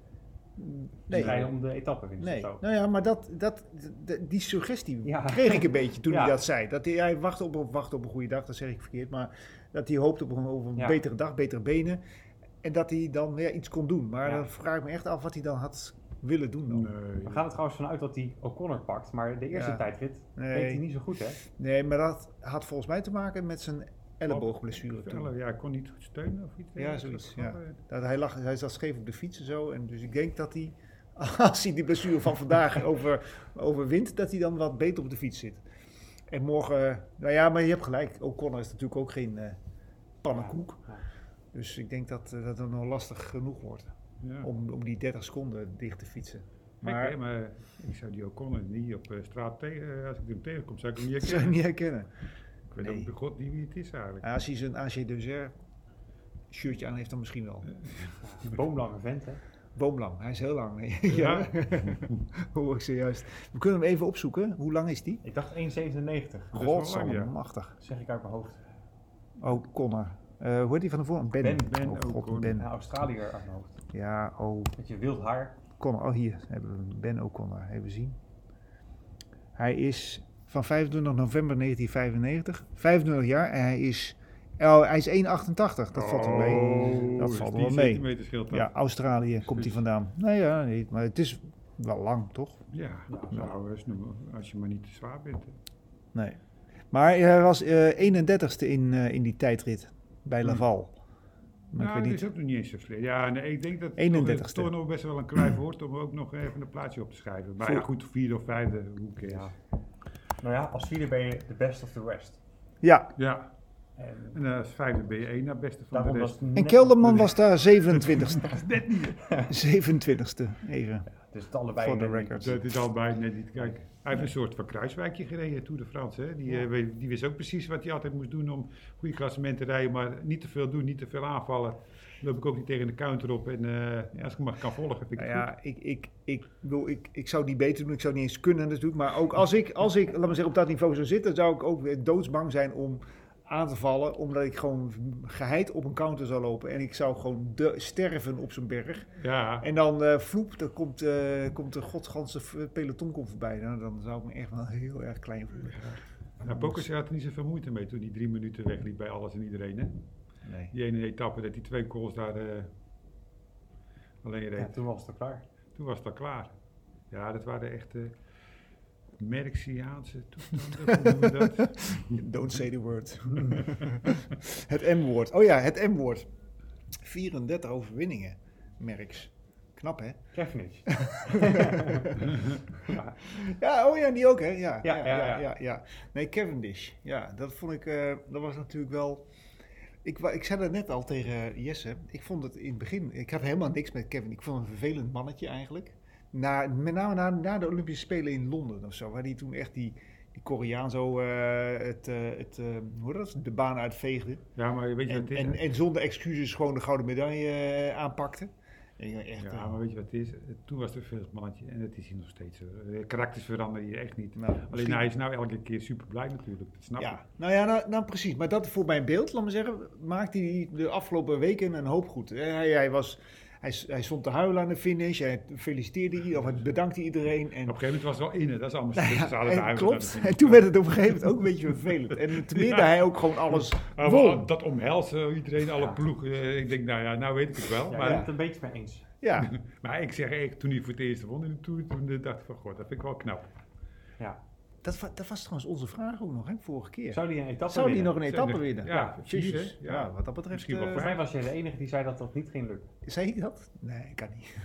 A: Nee.
C: rijden om de etappe winst
A: Nee,
C: of zo.
A: nou ja, maar dat, dat, d- die suggestie
C: Ja.
A: kreeg ik een beetje toen
C: Ja.
A: hij dat zei. Dat hij, hij wachtte op, op, wachtte op een goede dag, dat zeg ik verkeerd. Maar dat hij hoopte op een, op een
C: Ja.
A: betere dag, betere benen. En dat hij dan ja, iets kon doen. Maar
C: Ja.
A: dan vraag ik me echt af wat hij dan had willen doen. Dan.
B: Nee.
C: We gaan er trouwens vanuit dat hij O'Connor pakt, maar de eerste
A: Ja.
C: tijdrit
A: Nee.
C: deed hij niet zo goed, hè?
A: Nee, maar dat had volgens mij te maken met zijn elleboogblessure toen.
B: Vellen, ja, ik kon niet goed steunen of iets.
A: Ja,
B: dergelijks.
A: zoiets,
B: Dat
A: ja.
B: was wel,
A: Dat hij, lag, hij zat scheef op de fiets en zo. En dus ik denk dat hij, als hij die blessure van vandaag over, overwint, dat hij dan wat beter op de fiets zit. En morgen, eh, nou ja, maar je hebt gelijk. O'Connor is natuurlijk ook geen eh, pannenkoek.
C: Ja.
A: Dus ik denk dat, eh, dat het nog lastig genoeg wordt
B: ja.
A: om, om die dertig seconden dicht te fietsen.
B: Maar,
A: Maar
B: maar ik zou die O'Connor niet op uh, straat tegen, uh, als ik hem tegenkom, zou ik hem niet
A: dat zou je
B: herkennen.
A: niet herkennen.
B: Ik weet
A: Nee.
B: ook bij God niet wie het is eigenlijk.
A: Ja, als hij zijn A G Deuzer shirtje aan heeft, dan misschien wel.
C: Een boomlange vent, hè?
A: Boomlang, hij is heel lang.
B: Ja.
A: Hoor ik zojuist. We kunnen hem even opzoeken. Hoe lang is die?
C: Ik dacht één zevenennegentig,
B: Dat is wel lang,
A: Godsamme,
B: ja.
A: machtig.
C: zeg ik uit mijn hoofd.
A: Oh, Connor. Uh, hoe heet die van de voornaam? Ben.
C: Ben,
B: Ben
A: oh, God,
B: O'Connor.
A: Ben.
C: Een Australiër uit mijn hoofd.
A: Ja, oh,
C: Met je wild haar.
A: Connor. Oh, hier hebben we hem. Ben O'Connor. Even zien. Hij is van vijfentwintig november negentien vijfennegentig. vijfentwintig jaar en hij is, oh, hij is één komma achtentachtig. Dat valt wel mee.
B: Oh,
A: Dat
B: dus
A: valt
B: tien
A: wel mee.
B: centimeter scheelt dat.
A: Ja, Australië komt hij vandaan. Nee, ja, nee, maar het is wel lang, toch?
B: Ja,
C: Ja.
B: nou, als, als je maar niet te zwaar bent. hè.
A: Nee. Maar hij was uh, eenendertigste in, uh, in die tijdrit bij
B: Hmm.
A: Laval. Maar
B: Nou,
A: ik
B: dat
A: weet
B: is
A: niet.
B: ook nog niet eens zo slecht. Ja, nee, ik denk dat het
A: eenendertigste.
B: toch, toch nog best wel een kluif wordt om ook nog even een plaatsje op te schrijven. Maar
A: Voor-
B: ja, goed, vierde of vijfde, hoe cares.
C: Ja. Nou ja, als vierde ben je de best of the rest.
A: Ja,
B: Ja,
C: En
B: en als vijfde ben je één na beste van
C: daarom
B: de
C: was
B: rest.
C: het
A: en
C: net-
A: Kelderman was daar zevenentwintigste.
B: Net niet.
A: zevenentwintigste, even.
C: Dus het allebei.
A: For the
C: net niet.
A: record.
B: Dat is al bij net niet. Kijk, hij heeft een soort van kruiswijkje gereden, Tour de France. Hè? Die,
C: Ja.
B: eh, weet- die wist ook precies wat hij altijd moest doen om goede klassementen te rijden, maar niet te veel doen, niet te veel aanvallen. Dan loop ik ook niet tegen de counter op. En eh, als ik hem maar kan volgen, vind ik
A: Nou
B: het
A: ja, ik, ik, ik, bedoel, ik, ik zou die beter doen. Ik zou niet eens kunnen natuurlijk. Maar ook als ik, als ik, laat maar zeggen, op dat niveau zou zitten, zou ik ook weer doodsbang zijn om aan te vallen. Omdat ik gewoon geheid op een counter zou lopen. En ik zou gewoon de, sterven op zo'n berg.
B: goed. Ja,
A: En dan eh vloep, dan komt, eh, komt de godganse peloton komt voorbij. Nou, dan zou ik me echt wel heel erg klein voelen.
B: nou, Pogacar had er niet zoveel moeite mee toen hij drie minuten wegliep bij alles en iedereen. Hè?
A: Nee.
B: Die ene etappe dat die twee calls daar eh, alleen reed.
C: Ja, toen was het al klaar.
B: Toen was het al klaar. Ja, dat waren echt uh, Merxiaanse toestanden, hoe noemen we dat?
A: Don't say the word. Het M-woord. Oh ja, het M-woord. vierendertig overwinningen, Merks. Knap, hè?
C: Cavendish. Ja.
A: Ja, oh ja, die ook, hè? Ja, ja,
C: Ja,
A: ja.
C: ja,
A: ja,
C: ja.
A: ja. Nee, Cavendish. Ja, dat vond ik, uh, dat was natuurlijk wel... Ik, wa- ik zei dat net al tegen Jesse. Ik vond het in het begin... Ik had helemaal niks met Kevin. Ik vond hem een vervelend mannetje eigenlijk. Na, met name na, na de Olympische Spelen in Londen of zo. Waar hij toen echt die, die Koreaan zo uh, het, uh, het, uh, hoe heet dat? De baan uitveegde.
B: Ja, maar weet je
A: En,
B: wat het is?
A: en, en zonder excuses gewoon de gouden medaille uh, aanpakte. Ja, echt,
B: Ja,
A: eh,
B: maar weet je wat het is? Toen was het een veel mannetje en dat is hij nog steeds. Uh, karakters veranderen hier echt niet.
A: nou,
B: Alleen
A: misschien-
B: hij is nou elke keer super blij natuurlijk, dat snap ik.
A: Ja, nou ja, nou, nou precies. Maar dat voor mijn beeld, laat me zeggen, maakte hij de afgelopen weken een hoop goed. Eh, Hij, hij, was, hij, hij stond te huilen aan de finish, hij feliciteerde iedereen, of hij bedankte iedereen. En,
B: Op een gegeven moment was het wel in, hè, dat is allemaal
A: Nou ja,
B: ze hadden
A: en
B: de huilen
A: klopt.
B: aan de finish.
A: En toen werd het op een gegeven moment ook een beetje vervelend. En ten meer dat hij ook gewoon alles
B: Maar
A: won.
B: dat omhelzen, iedereen, alle
C: Ja.
B: ploegen. eh, Ik denk, nou ja, nou weet ik het wel.
C: Ja,
B: maar,
C: ik ben het een beetje mee eens.
A: Ja,
B: maar ik zeg echt, toen hij voor het eerst won in de Tour, toen eh, dacht ik van, god, dat vind ik wel knap.
C: Ja.
A: dat, wa- dat was trouwens onze vraag ook nog, hè, vorige keer.
C: Zou die een etappe
A: Zou die
C: winnen?
A: nog een
B: Zijn
A: etappe
B: er-
A: winnen?
B: Ja, vier,
A: Jezus.
B: hè?
A: Ja,
B: Ja.
A: wat dat betreft.
B: Misschien wel
A: eh,
C: Volgens mij was jij de enige die zei dat dat niet ging lukken.
A: zei ik dat? Nee, kan niet.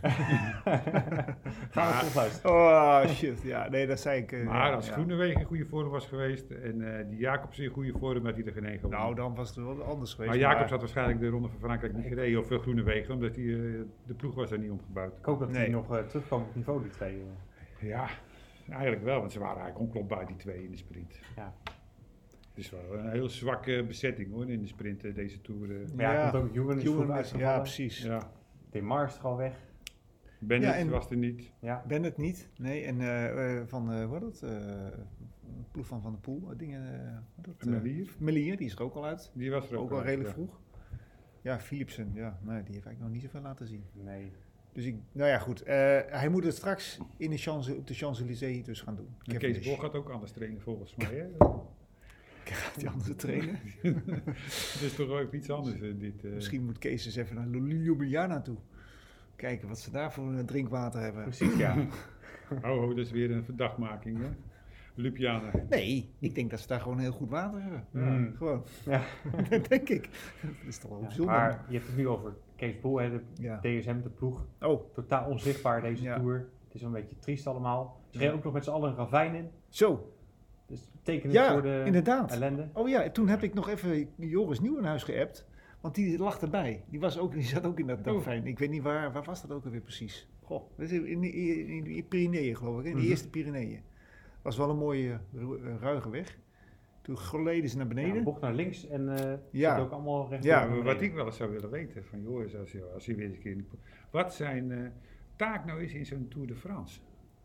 C: Gaan we terug luisteren.
A: Oh, shit. Ja, nee, dat zei ik. eh,
B: Maar als
A: ja.
B: Groenewegen in goede vorm was geweest en eh, die Jacobs in goede vorm, had hij er geen één gewonnen.
A: Nou, dan was het wel anders geweest.
B: maar Jacobs had waarschijnlijk de Ronde van Frankrijk niet gereden, of uh, Groenewegen, omdat die, eh, de ploeg was er niet omgebouwd.
C: Ik hoop dat
A: Nee.
C: die nog uh, terugkomen op niveau, die twee. uh.
B: Ja, eigenlijk wel, want ze waren eigenlijk onklopbaar die twee in de sprint.
C: Ja.
B: Het is wel een heel zwakke bezetting hoor, in de sprint eh, deze Tour. eh.
C: Maar ja,
A: Ja.
C: komt ook Ewan is
A: Ewan
C: vroeg
A: is-
C: uitgevallen.
A: ja, precies.
B: Ja,
C: Demar is er al weg.
B: Bennett
A: Ja, en-
B: was er niet.
C: Ja.
A: Bennett niet. Nee, en eh, eh, van, eh wat is het? Eh, ploeg van Van der Poel. eh, dingen, eh, wat is dat? Eh,
B: Melier,
A: Melier, die is er ook al uit.
B: die was er ook,
A: Ook al
B: uit,
A: redelijk
B: ja.
A: vroeg. Ja, Philipsen, ja, nee, die heeft eigenlijk nog niet zoveel laten zien.
C: Nee.
A: Dus ik, nou ja, goed. eh, hij moet het straks in de Champs, op de Champs-Élysées dus gaan doen.
B: En Kees
A: Cavendish.
B: Bol gaat ook anders trainen volgens mij. Hè?
A: Gaat die andere trainen?
B: Het is toch ook iets anders eh, dit. eh.
A: Misschien moet Kees eens even naar Ljubljana toe. Kijken wat ze daar voor eh, drinkwater hebben.
C: Precies, ja.
B: Oh, oh, dat is weer een verdachtmaking hè. Ljubljana.
A: Nee, ik denk dat ze daar gewoon heel goed water hebben.
C: Mm.
A: Gewoon,
C: Ja.
A: dat denk ik. Dat is toch wel
C: Ja,
A: bijzonder.
C: maar je hebt het nu over Kees Bol, hè, de
A: Ja.
C: D S M, de ploeg.
A: Oh,
C: Totaal onzichtbaar deze
A: Ja.
C: Tour. Het is wel een beetje triest allemaal. Ze
A: Ja.
C: reden ook nog met z'n allen een ravijn in.
A: zo.
C: Dus tekenend
A: Ja,
C: voor de
A: inderdaad.
C: ellende.
A: Oh ja, toen heb ik nog even Joris Nieuwenhuis geappt. Want die lag erbij. Die, was ook, die zat ook in dat
B: Oh.
A: ravijn. Ik weet niet waar, waar was dat ook alweer precies. Goh, dat is in, in, in, in de Pyreneeën geloof ik. In de
C: Mhm.
A: eerste Pyreneeën. Was wel een mooie ru- ruige weg. Toen gleden ze naar
C: Ja,
A: beneden.
C: een bocht naar links en uh,
A: Ja.
C: zit ook allemaal recht.
A: Ja,
B: Ja, maar wat ik wel eens zou willen weten van Joris, als hij, als hij weer eens een keer in de ploeg- wat zijn eh, taak nou is in zo'n Tour de France.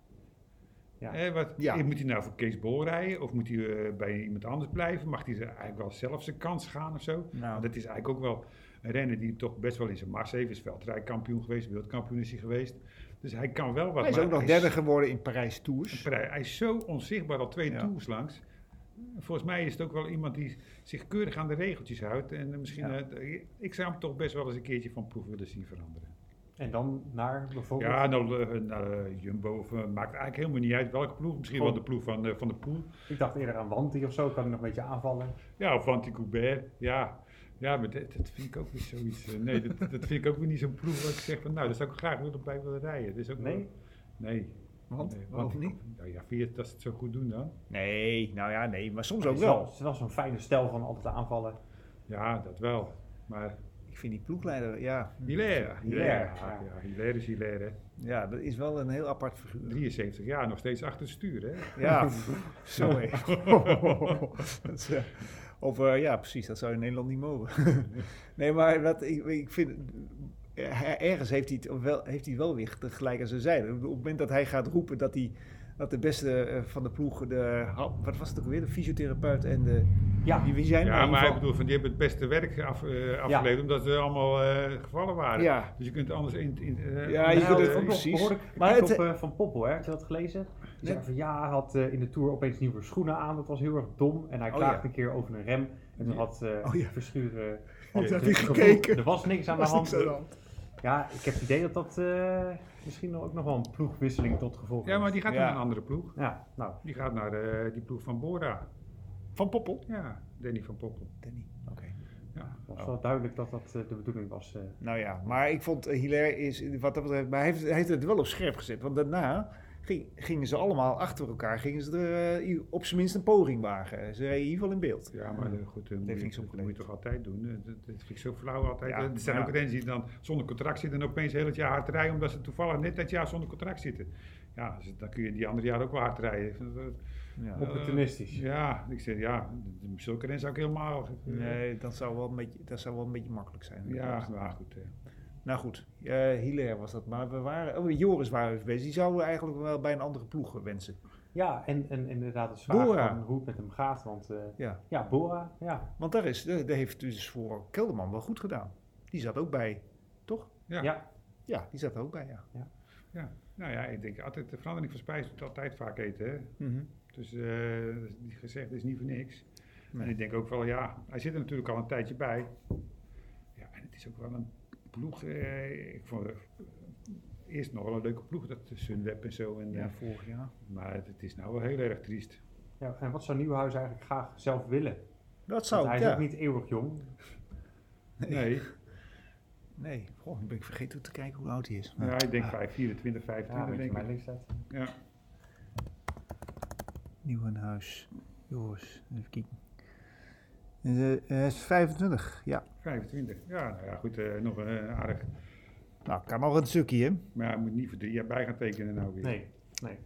C: Ja.
B: Eh, wat,
A: Ja.
B: Moet hij nou voor Kees Bol rijden of moet hij eh, bij iemand anders blijven? Mag hij ze eigenlijk wel zelf zijn kans gaan of zo?
A: Nou,
B: Want dat is eigenlijk ook wel een renner die toch best wel in zijn mars heeft. Is veldrijkampioen geweest, wereldkampioen is hij geweest. Dus hij kan wel wat.
A: hij is
B: maar
A: ook nog
B: hij
A: derde geworden in Parijs Tours.
B: Hij is zo onzichtbaar al twee
A: Ja.
B: tours langs. Volgens mij is het ook wel iemand die zich keurig aan de regeltjes houdt. En misschien,
A: Ja.
B: eh, ik zou hem toch best wel eens een keertje van ploeg willen zien veranderen.
C: En dan naar bijvoorbeeld...
B: Ja, nou, eh, naar eh, Jumbo of, eh, maakt eigenlijk helemaal niet uit welke ploeg. Misschien wel de ploeg van, eh, van de Poel.
C: Ik dacht eerder aan Wanty of zo, kan ik nog een beetje aanvallen.
B: Ja, of Vanty Coubert. Ja, ja maar dat, dat vind ik ook weer zoiets. eh, nee, dat, dat vind ik ook weer niet zo'n ploeg waar ik zeg van nou, daar zou ik graag willen bij willen rijden. Dat is ook
C: Nee?
B: wel- nee.
A: Want?
B: Nee,
A: Waarom
B: Vanty
A: niet?
B: Coubert- Nou ja, vind je het dat ze het zo goed doen dan?
A: Nee, nou ja, nee, maar soms
C: Het
A: ook
C: is wel,
A: wel.
C: het is wel zo'n fijne stijl van altijd aanvallen.
B: Ja, dat wel. Maar
A: Ik vind die ploegleider, ja.
B: Hilaire.
C: Hilaire,
B: Ja,
C: ja.
B: ja, Hilaire is Hilaire. hè.
A: Ja, dat is wel een heel apart figuur.
B: drieënzeventig jaar, nog steeds achter het stuur, hè?
A: Ja, zo hé. Dat is, eh, Of eh, ja, precies, dat zou in Nederland niet mogen. Nee, maar wat, ik, ik vind, eh, ergens heeft hij, het wel, heeft hij wel weer gelijk aan zijn zijde. Op het moment dat hij gaat roepen dat hij dat de beste eh, van de ploeg, de, wat was het ook weer, de fysiotherapeut en de,
C: Ja,
A: die, wie zijn
B: Ja,
A: in ieder
B: maar ik
A: geval-
B: bedoel, van, die hebben het beste werk af, eh, afgeleverd omdat ze allemaal eh, gevallen waren.
A: Ja.
B: Dus je kunt anders in... in eh,
A: Ja, je
B: eh,
A: kunt
C: nou,
A: het
C: ook nog
A: precies.
C: behoorlijk
A: Maar
C: kritiek
A: het-
C: op uh, Van Poppel, hè? Heb je dat gelezen? Die zei van ja, hij had uh, in de Tour opeens nieuwe schoenen aan, dat was heel erg dom. En hij
A: Oh,
C: klaagde
A: ja.
C: een keer over een rem en toen
B: Ja.
C: had uh,
A: Oh, ja.
C: Verschuren...
A: Ik
C: had
A: had
C: het
A: niet
C: gevoel,
A: gekeken.
C: Er was niks aan de
A: Was
C: hand.
A: niks aan de hand.
C: Ja, ik heb het idee dat dat uh, misschien ook nog wel een ploegwisseling tot gevolg
B: Ja, maar
C: heeft.
B: die gaat
A: Ja.
B: naar een andere ploeg.
C: Ja, nou,
B: Die gaat naar eh, die ploeg van Bora.
A: Van Poppel?
B: Ja, Danny van Poppel.
A: Danny, oké.
B: Ja.
C: het was
A: Oh.
C: wel duidelijk dat dat uh, de bedoeling was. Uh.
A: Nou ja, maar ik vond uh, Hilaire is, wat dat betreft, maar hij heeft, hij heeft het wel op scherp gezet. Want daarna ging, gingen ze allemaal achter elkaar, gingen ze er uh, op zijn minst een poging wagen. Ze reden in ieder geval in beeld.
B: Ja, maar eh, goed, dat moet,
A: vind
B: je-
A: ik zo
B: dat moet je
A: opgeleverd.
B: toch altijd doen. Eh, Dat, dat vind ik zo flauw altijd.
A: Ja,
B: er zijn
A: ja.
B: ook renners die dan zonder contract zitten en opeens heel het jaar hard rijden omdat ze toevallig net dat jaar zonder contract zitten. Ja, dus dan kun je die andere jaar ook wel hard rijden.
A: Ja.
C: Opportunistisch.
B: Uh, ja, ik zeg ja, zulke renners zou ik helemaal... Uh,
A: Nee, dat zou, wel een beetje, dat zou wel een beetje makkelijk zijn.
B: Ja, maar goed. Uh.
A: Nou goed, uh, Hilaire was dat, maar we waren, oh, Joris waren we bezig. Die zouden we eigenlijk wel bij een andere ploeg wensen.
C: Ja, en, en inderdaad het vraag
A: Bora.
C: van hoe het met hem gaat, want uh,
A: Ja.
C: ja, Bora, ja.
A: Want daar, is, daar heeft dus voor Kelderman wel goed gedaan. Die zat ook bij, toch?
B: Ja.
C: Ja.
A: Ja, die zat er ook bij, ja.
C: Ja.
B: Ja. Nou ja, ik denk altijd, de verandering van spijs moet altijd vaak eten. Hè?
A: Mm-hmm.
B: Dus uh, die gezegd is niet voor niks.
A: Nee.
B: En ik denk ook wel, ja, hij zit er natuurlijk al een tijdje bij. Ja, en het is ook wel een ploeg. Eh, ik vond het eerst nog wel een leuke ploeg, dat Sunweb en zo. En,
A: Ja,
B: uh,
A: vorig jaar.
B: maar het, het is nou wel heel erg triest.
C: Ja, en wat zou Nieuwenhuis eigenlijk graag zelf willen?
A: Dat zou
C: Want
A: ik,
C: hij is
A: ja.
C: ook niet eeuwig jong.
A: Nee.
B: Nee,
A: Nee, goh, nu ben ik vergeten te kijken hoe oud hij is.
B: ja, ik denk
A: Ah.
B: vijf, vierentwintig,
C: Ja,
B: vijfentwintig
C: weet je,
B: denk
C: mijn
B: ik.
C: leeftijd.
B: Ja.
A: Nieuwenhuis, Joris, even kijken. Uh, Hij is vijfentwintig, ja.
B: vijfentwintig, ja, nou ja, goed, uh, nog een uh, aardig.
A: Nou, kan nog een stukje, hè?
B: Maar ja, hij moet niet voor drie jaar bij gaan tekenen nou weer.
C: Nee, nee.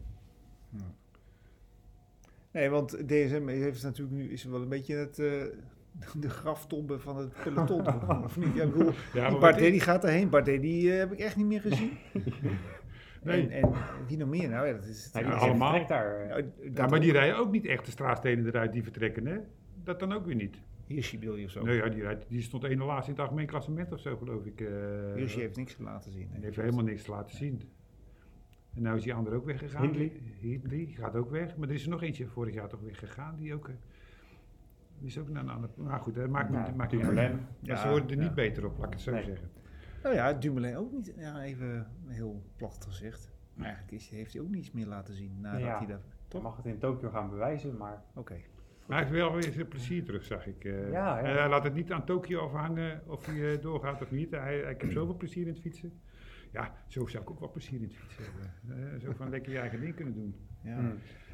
A: Nee, want D S M heeft natuurlijk nu is wel een beetje het, uh, de graftombe van het peloton. Of niet? Ja, ik bedoel,
B: Ja, maar
A: Bardet
B: wat
A: die gaat erheen. Bardet die uh, heb ik echt niet meer gezien.
B: Nee.
A: En, en wie nog meer? Nou ja, dat is...
C: Nee,
B: Ja,
C: die
B: allemaal.
C: vertrekt daar.
A: Nou,
B: Ja,
A: dat
B: maar die
A: ook.
B: rijden ook niet echt de straatstenen eruit die vertrekken, hè? Dat dan ook weer niet.
A: Hirschi bedoel je of zo?
B: Nee, ja, die, rijdt, die stond ene laatste in het algemeen klassement of zo, geloof ik. Uh,
A: Hirschi heeft niks laten zien.
B: Die
A: Nee.
B: heeft helemaal niks te laten zien. En nou is die andere ook weggegaan.
C: Hindley.
B: Hindley gaat ook weg. Maar er is er nog eentje vorig jaar toch weggegaan. Die ook... Uh, die is ook naar een andere... Maar goed, dat maakt
C: Ja,
B: niet maakt niet
C: Dumoulin.
B: uit. Maar
A: Ja,
B: ze worden er
A: ja.
B: niet beter op, laat ik het zo
C: Nee.
B: zeggen.
A: Nou ja, Dumoulin ook niet. Ja, even heel plat gezegd. Maar eigenlijk is, heeft hij ook niets meer laten zien nadat
C: Ja.
A: hij daar...
C: Je
A: Toch?
C: mag het in Tokio gaan bewijzen, maar
A: Oké.
B: Maar hij heeft wel weer zijn plezier terug, zag ik. Uh,
C: Ja, ja.
B: En hij laat het niet aan Tokio afhangen of hij uh, doorgaat of niet. Hij, hij heeft zoveel plezier in het fietsen. Ja, zo zou ik ook wel plezier in het fietsen hebben. Uh, zo van lekker je eigen ding kunnen doen.
A: Ja.
C: Hmm.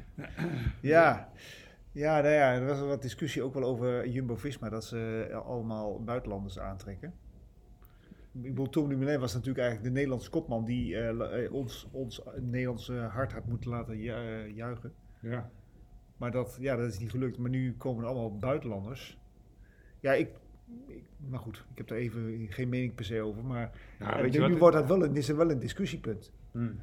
A: Ja. Ja, nou ja, er was wat discussie ook wel over Jumbo-Visma, dat ze allemaal buitenlanders aantrekken. Ik bedoel, Tom Dumoulin was natuurlijk eigenlijk de Nederlandse kopman die uh, ons, ons Nederlandse hart had moeten laten ju uh, juichen.
B: Ja.
A: Maar dat, ja, dat is niet gelukt. Maar nu komen er allemaal buitenlanders. Ja, ik, ik maar goed, ik heb daar even geen mening per se over. Maar
B: Ja,
A: uh,
B: weet je
A: nu
B: wat?
A: wordt dat wel een, is er wel een discussiepunt.
C: Hmm.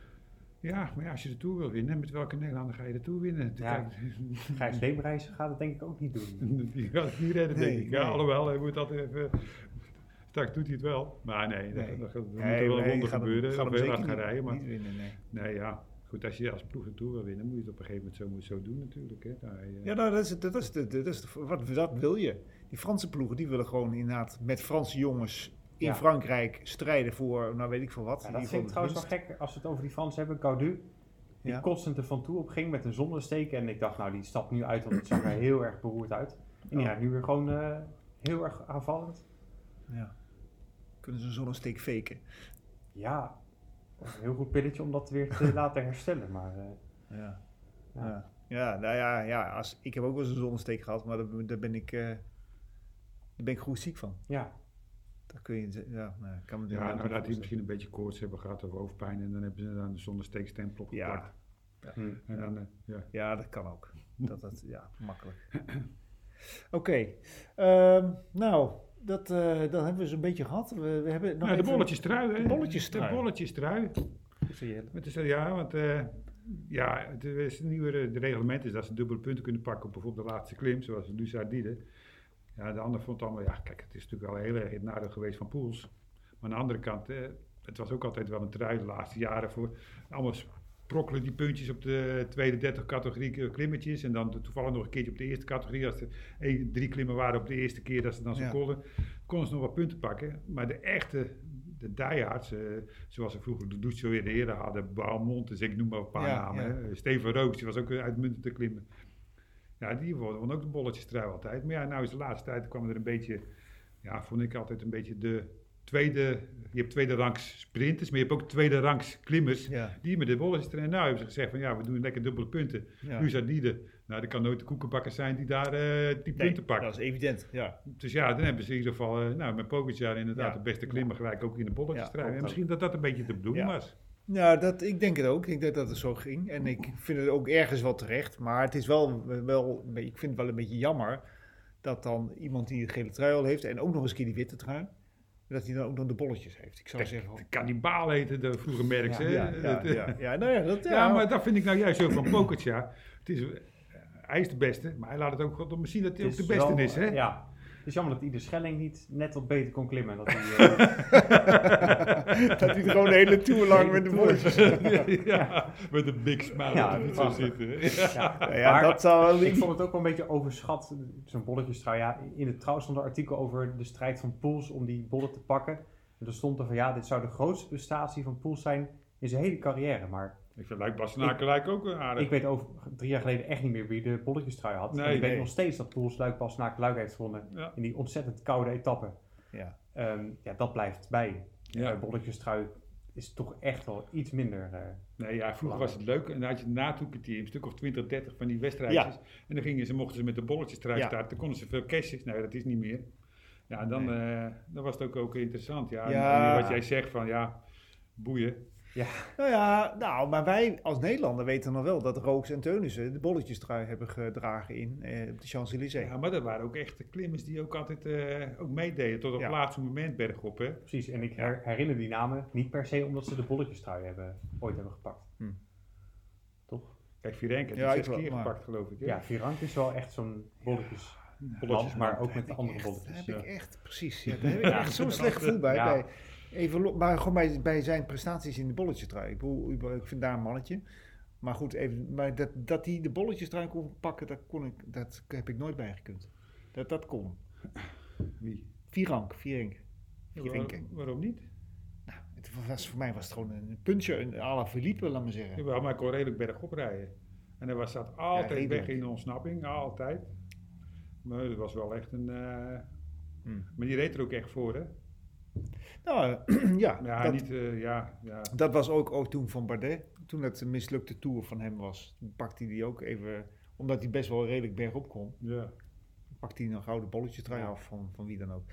B: Ja, maar ja, als je de Tour wil winnen, met welke Nederlander ga je de Tour winnen?
C: Ja.
B: Kijk,
C: Gijs Leemreizen gaat het denk ik ook niet doen.
B: die gaat het niet redden,
A: Nee,
B: denk ik. Ja,
A: nee.
B: alhoewel, hij moet altijd even... Straks doet hij het wel. Maar nee,
A: Nee.
B: dat, dat, dat moet
A: Nee,
B: er wel een
A: nee,
B: wonder
A: gaat hem-
B: gebeuren.
A: gaat
B: Of
A: hem
B: heel
A: zeker
B: hard gaan
A: niet-
B: rijden. Maar
A: niet winnen, nee.
B: nee, ja. Goed, als je als ploeg de Tour wil winnen, moet je het op een gegeven moment zo, moet zo doen natuurlijk. Hè. Nou, je-
A: Ja, nou, dat is, dat is, de, dat is de, wat dat wil je. Die Franse ploegen, die willen gewoon inderdaad met Franse jongens in
C: Ja.
A: Frankrijk strijden voor, nou weet ik veel wat.
C: Ja,
A: In
C: dat
A: ieder
C: vind ik
A: geval
C: trouwens
A: de
C: wel gek als we het over die Fransen hebben. Gaudu, die
A: Ja.
C: constant er van toe op ging met een zonnesteek. En ik dacht, nou die stapt nu uit, want het zag er heel erg beroerd uit. En die
A: Oh.
C: rijdt nu weer gewoon uh, heel erg aanvallend.
A: winst. Ja. Kunnen ze een zonnesteek faken?
C: Ja, dat is een heel goed pilletje om dat weer te laten herstellen. Maar uh,
A: Ja.
C: Ja.
A: Ja. Ja, nou ja, ja als, ik heb ook wel eens een zonnesteek gehad, maar daar, daar, ben ik, uh, daar ben ik goed ziek van.
C: ja,
A: Dat kun je, ja, nou, ik kan me
B: Ja,
A: inderdaad
B: nou
A: niet
B: dat die
A: voorstellen.
B: misschien een beetje koorts hebben gehad of hoofdpijn en dan hebben ze dan de zonnesteekstempel opgeplakt.
A: Ja,
C: hm.
B: En dan, uh, ja.
A: ja, dat kan ook. Dat, dat, ja, makkelijk. Oké, okay. um, nou, dat, uh, dan hebben we ze een beetje gehad. We, we hebben nog
B: Nou, de
A: even-
B: bolletjes trui, hè?
A: De bolletjes trui.
B: De bolletjes trui. Met de, ja, want uh, ja, het is een nieuwe de reglement is dat ze dubbele punten kunnen pakken op bijvoorbeeld de laatste klim, zoals de Luzardide. Ja, de ander vond allemaal, ja, kijk, het is natuurlijk wel heel erg het nadeel geweest van Poels. Maar aan de andere kant, eh, het was ook altijd wel een trui de laatste jaren voor allemaal sprokkelen die puntjes op de tweede, dertig categorie klimmetjes. En dan toevallig nog een keertje op de eerste categorie. Als er één, drie klimmen waren op de eerste keer dat ze dan zo
A: Ja.
B: konden, konden ze nog wat punten pakken. Maar de echte, de diehards, uh, zoals ze vroeger de Duccio weer de heren hadden, Baalmont, dus ik noem maar een paar
A: Ja,
B: namen.
A: ja.
B: Hè. Steven Roos, die was ook uitmuntend te klimmen. Ja, die worden ook de bolletjes trui altijd. Maar ja, nou is de laatste tijd kwam er een beetje, ja, vond ik altijd een beetje de tweede, je hebt tweede rangs sprinters, maar je hebt ook tweede rangs klimmers.
A: Ja,
B: Die met de bolletjes trainen. Nou hebben ze gezegd van ja, we doen lekker dubbele punten.
A: ja.
B: Nu zijn die er. Nou, er kan nooit de koekenbakker zijn die daar uh, die
A: Nee,
B: punten pakt.
A: dat is evident, ja.
B: Dus ja, dan hebben ze in ieder geval, uh, nou met Pogacar inderdaad
A: Ja.
B: de beste klimmer gelijk ook in de bolletjes
A: Ja,
B: trui. En
A: klopt.
B: misschien dat dat een beetje de bedoeling
A: Ja.
B: was.
A: Nou, dat, ik denk het ook. Ik denk dat het zo ging. En ik vind het ook ergens wel terecht. Maar het is wel, wel ik vind het wel een beetje jammer dat dan iemand die de gele trui al heeft en ook nog eens een keer die witte trui, Dat hij dan ook nog de bolletjes heeft. Ik zou
B: De,
A: zeggen...
B: de kannibaal heette de vroege merks,
C: Ja,
B: hè?
A: Ja, ja,
B: Het,
A: ja, ja, nou ja, dat, ja.
B: Ja, maar dat vind ik nou juist zo van Pogacar. Het is, uh, hij is de beste, maar hij laat het ook goed om te zien dat hij ook
C: Het
B: de beste
C: wel,
B: is, hè?
C: Ja. Het is jammer dat Ieder Schelling niet net wat beter kon klimmen. Dat hij, uh,
A: dat hij er gewoon de hele tour lang met de bolletjes...
B: ja, met een big smile
C: Ja,
B: op de fiets
C: dat
B: zou
C: mag.
B: zitten.
C: ja,
A: Ja, ja,
C: maar
A: dat zou wel...
C: ik vond het ook wel een beetje overschat, zo'n bolletjestrui. Ja, in het Trouw stond een artikel over de strijd van Poels om die bollen te pakken. En er stond er van, ja, dit zou de grootste prestatie van Poels zijn in zijn hele carrière. Maar
B: Ik vind Luik Bastenaken lijkt ook aardig.
C: ik weet over drie jaar geleden echt niet meer wie de bolletjestrui had.
B: Nee,
C: en ik
A: nee.
C: weet nog steeds dat Poels Luik Bastenaken Luik heeft gewonnen
B: Ja.
C: in die ontzettend koude etappe.
A: Ja.
C: Ehm, ja, dat blijft bij.
B: Ja.
C: Uh, bolletjestrui is toch echt wel iets minder... Uh,
B: Nee, ja, vroeger was het leuk en dan had je na een stuk of twintig, dertig van die wedstrijdjes.
A: Ja.
B: En dan gingen ze, mochten ze met de bolletjes eruit
A: Ja.
B: starten, dan konden ze veel cashjes. Nou, dat is niet meer. Ja, en dan,
A: Nee.
B: eh, dan was het ook, ook interessant. Ja,
A: Ja.
B: En wat jij zegt van, ja, boeien.
A: Nou ja, nou, maar wij als Nederlander weten nog wel dat Rooks en Teunissen de bolletjestrui hebben gedragen in eh, op de Champs-Élysées.
B: Ja, maar dat waren ook echt de klimmers die ook altijd eh, ook meededen tot op
A: Ja.
B: het laatste moment bergop, hè.
C: precies, en ik her- herinner die namen niet per se omdat ze de bolletjestrui hebben, ooit hebben gepakt.
A: Hm.
C: Toch?
B: Kijk, Virenke heeft
A: Ja,
B: het
A: ik
B: zes
A: wel,
B: keer
A: maar-
B: gepakt, geloof ik. Hè?
C: Ja, Virank is wel echt zo'n bolletjes.
B: bolletjes,
C: maar
B: maar
C: ook met de
A: Heb
C: andere
A: ik echt-
C: bolletjes.
A: Heb ik
B: ja.
A: echt, precies. Ja, daar heb ik
C: Ja.
A: echt zo'n slecht gevoel bij.
C: Ja.
A: bij even, lo- maar gewoon bij, bij zijn prestaties in de bolletjestrui. Ik, bedoel, ik ik vind daar een mannetje. Maar goed, even, maar dat, dat hij de bolletjestrui kon pakken, dat, kon ik, dat heb ik nooit bijgekund. Dat dat kon.
B: Wie?
A: Virank, Virenk.
B: Ja,
A: Virenk.
B: waar- waarom niet?
A: Nou, het was, voor mij was het gewoon een puntje, een à la Philippe, laat maar zeggen.
B: Jawel, maar hij kon redelijk bergop rijden. En hij was, zat altijd
A: redelijk.
B: weg in de ontsnapping, altijd. Maar het was wel echt een... eh,
A: Hm.
B: Maar die reed er ook echt voor, hè?
A: Nou, ja,
B: Ja,
A: dat,
B: niet... eh, ja, ja.
A: dat was ook, ook toen van Bardet. Toen het een mislukte tour van hem was, toen pakte hij die ook even, omdat hij best wel redelijk bergop kon,
B: ja.
A: pakte hij een gouden bolletje trui af van, van wie dan ook.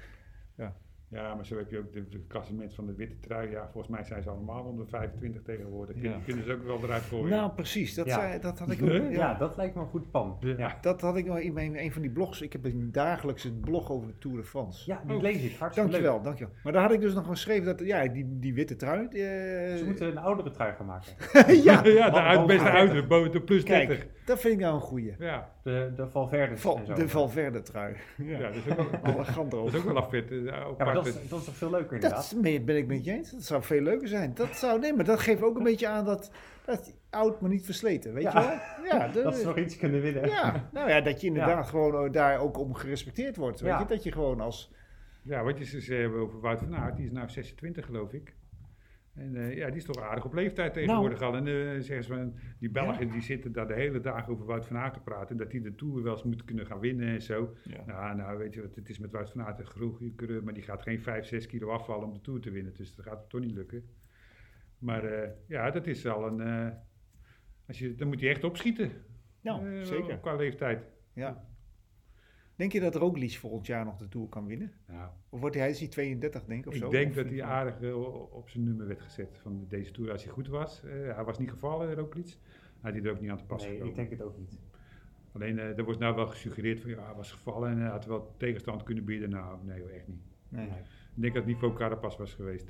B: Ja, maar zo heb je ook de, de klassement van de witte trui. Ja, volgens mij zijn ze allemaal onder vijfentwintig tegenwoordig. Kunnen,
A: Ja.
B: kunnen ze ook wel eruit gooien.
A: Nou, precies. Dat,
C: Ja.
A: zei, dat had ik ook.
B: Ja.
A: Ja,
C: Ja, dat lijkt me een goed plan.
B: Ja.
C: Ja,
A: Dat had ik nog in mijn, een van die blogs. Ik heb een dagelijkse blog over de Tour de France.
C: ja die
B: Oh.
C: lees ik. Hartstikke
A: Dankjewel, dankjewel. Maar daar had ik dus nog geschreven dat, ja, die, die witte trui. eh,
C: leuk. Ze moeten een oudere trui gaan maken.
B: Ja,
A: ja,
B: ja de
C: Boven
B: uit, beste
C: dertig.
B: uit, boven de plus dertig.
A: kijk, dat vind ik nou een goeie.
B: Ja,
C: De, de Valverde's
A: Val,
C: en zo.
A: de Valverde trui.
B: ja.
A: Ja,
B: dat is ook wel,
A: elegant
B: dat is
A: erover.
B: ook wel afvet. eh,
C: Ja, maar
B: apart.
C: dat is, dat is toch veel leuker
A: Dat
C: inderdaad?
A: is- ben ben ik met je eens. Dat zou veel leuker zijn. Dat zou, nee, maar dat geeft ook een beetje aan dat, dat oud, maar niet versleten. Weet
C: Ja.
A: je wel? Ja, de-
C: Dat ze nog iets kunnen winnen.
A: ja, nou ja, dat je inderdaad gewoon daar ook om gerespecteerd wordt. Weet
C: Ja.
A: je? Dat je gewoon als...
B: Ja, wat je ze hebben over Wout van Aert, die is nou zesentwintig geloof ik. En eh, ja, die is toch aardig op leeftijd tegenwoordig al. En eh, zeggen ze van, die Belgen die zitten daar de hele dag over Wout van Aert te praten. Dat hij de Tour wel eens moet kunnen gaan winnen en zo.
A: Ja.
B: Nou, nou weet je wat, het is met Wout van Aert een groeikeur, maar die gaat geen vijf, zes kilo afvallen om de Tour te winnen. Dus dat gaat hem toch niet lukken. Maar eh, ja, dat is al een... eh, als je, dan moet hij echt opschieten.
A: Nou,
B: Eh,
A: zeker.
B: Qua leeftijd.
A: Ja. Denk je dat Roglic volgend jaar nog de Tour kan winnen?
B: Nou,
A: Of wordt hij, hij is hij tweeëndertig denk ik of
B: ik
A: zo?
B: denk
A: Of-
B: dat hij aardig eh, op zijn nummer werd gezet van deze Tour als hij goed was. Eh, hij was niet gevallen, Roglic. Hij had er ook niet aan te pas
C: Nee,
B: gekomen.
C: ik denk het ook niet.
B: Alleen, eh, er wordt nou wel gesuggereerd van, ja, hij was gevallen en hij had wel tegenstand kunnen bieden. Nou, nee hoor, echt niet.
A: Nee.
C: Nee.
B: Ik denk dat het niveau Carapaz was geweest.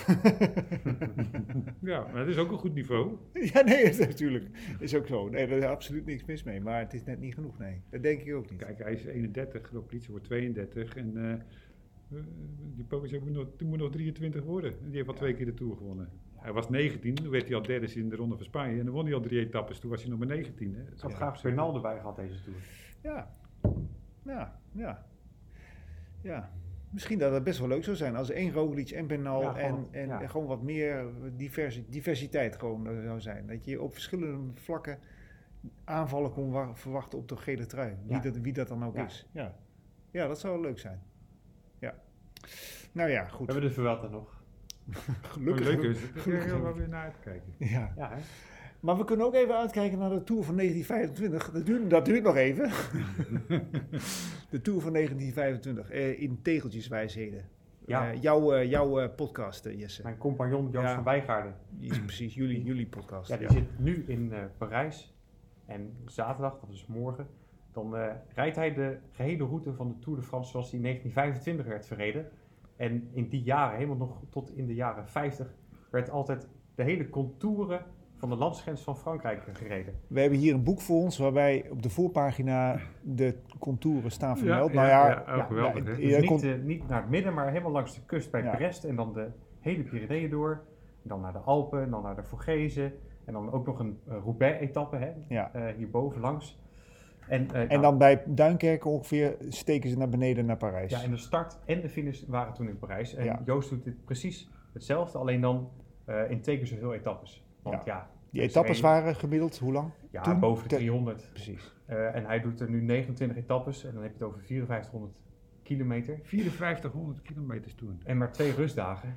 B: Ja, maar dat is ook een goed niveau.
A: Ja, nee, dat is natuurlijk. Is ook zo. Nee, daar is absoluut niks mis mee. Maar het is net niet genoeg, nee. Dat denk ik ook niet.
B: Kijk, hij is eenendertig, Roglic wordt tweeëndertig en eh, eh, die Pogacar moet nog, die moet nog drieëntwintig worden. En die heeft al
A: Ja.
B: twee keer de Tour gewonnen. Hij was negentien, toen werd hij al derde in de Ronde van Spanje en dan won hij al drie etappes. Toen was hij nog maar negentien. Hè.
C: Ik had
A: Ja.
C: graag Bernal erbij gehad deze Tour.
A: Ja. Ja, ja. Ja. Misschien dat het best wel leuk zou zijn als er één Roglic en Bernal
C: Ja,
A: en,
C: gewoon,
A: en
C: ja.
A: en gewoon wat meer diversi- diversiteit gewoon er zou zijn. Dat je op verschillende vlakken aanvallen kon wa- verwachten op de gele trui. Wie,
C: Ja.
A: dat, wie dat dan ook
C: Ja.
A: is. Ja. Ja, dat zou wel leuk zijn. Ja. Nou ja,
C: We
A: goed.
C: hebben de Vuelta nog.
A: Gelukkig.
B: Leuk is het. Daar
A: gelukkig.
B: gaan we wel weer naar uit te kijken.
A: Ja.
C: Ja, hè?
A: Maar we kunnen ook even uitkijken naar de Tour van negentien vijfentwintig. Dat duurt, dat duurt nog even. De Tour van negentien vijfentwintig eh, in tegeltjeswijsheden.
C: Ja.
A: Eh, jouw eh, jouw eh, podcast, eh, Jesse.
C: Mijn compagnon Joost
A: Ja.
C: van Wijngaarden.
A: Die is precies jullie, jullie podcast.
C: Ja, die
A: Ja.
C: zit nu in eh, Parijs. En zaterdag, dat is morgen, dan eh, rijdt hij de gehele route van de Tour de France zoals die in negentien vijfentwintig werd verreden. En in die jaren, helemaal nog tot in de jaren vijftig, werd altijd de hele contouren van de landsgrens van Frankrijk gereden.
A: We hebben hier een boek voor ons waarbij op de voorpagina de contouren staan vermeld.
B: Ja,
A: nou
B: ja,
A: ja,
B: ja, oh, geweldig, hè?
C: Dus
A: ja,
C: niet,
A: kon-
C: eh, niet naar het midden, maar helemaal langs de kust bij
A: Ja.
C: Brest en dan de hele Pyreneeën door. En dan naar de Alpen, en dan naar de Vogezen. En dan ook nog een uh, Roubaix-etappe, hè,
A: ja.
C: uh, hierboven langs. En, uh,
A: En
C: nou,
A: dan bij Duinkerken ongeveer steken ze naar beneden naar Parijs.
C: ja, en de start en de finish waren toen in Parijs. En
A: Ja.
C: Joost doet dit precies hetzelfde, alleen dan uh, in twee keer zoveel etappes. Want ja,
A: Die
C: er is
A: etappes
C: één-
A: waren gemiddeld hoe lang?
C: ja,
A: toen
C: boven de
A: te-
C: driehonderd.
A: Precies.
C: Uh, en hij doet er nu negenentwintig etappes en dan heb je het over vierenvijftighonderd kilometer.
B: vierenvijftighonderd kilometers toen.
C: En maar twee rustdagen.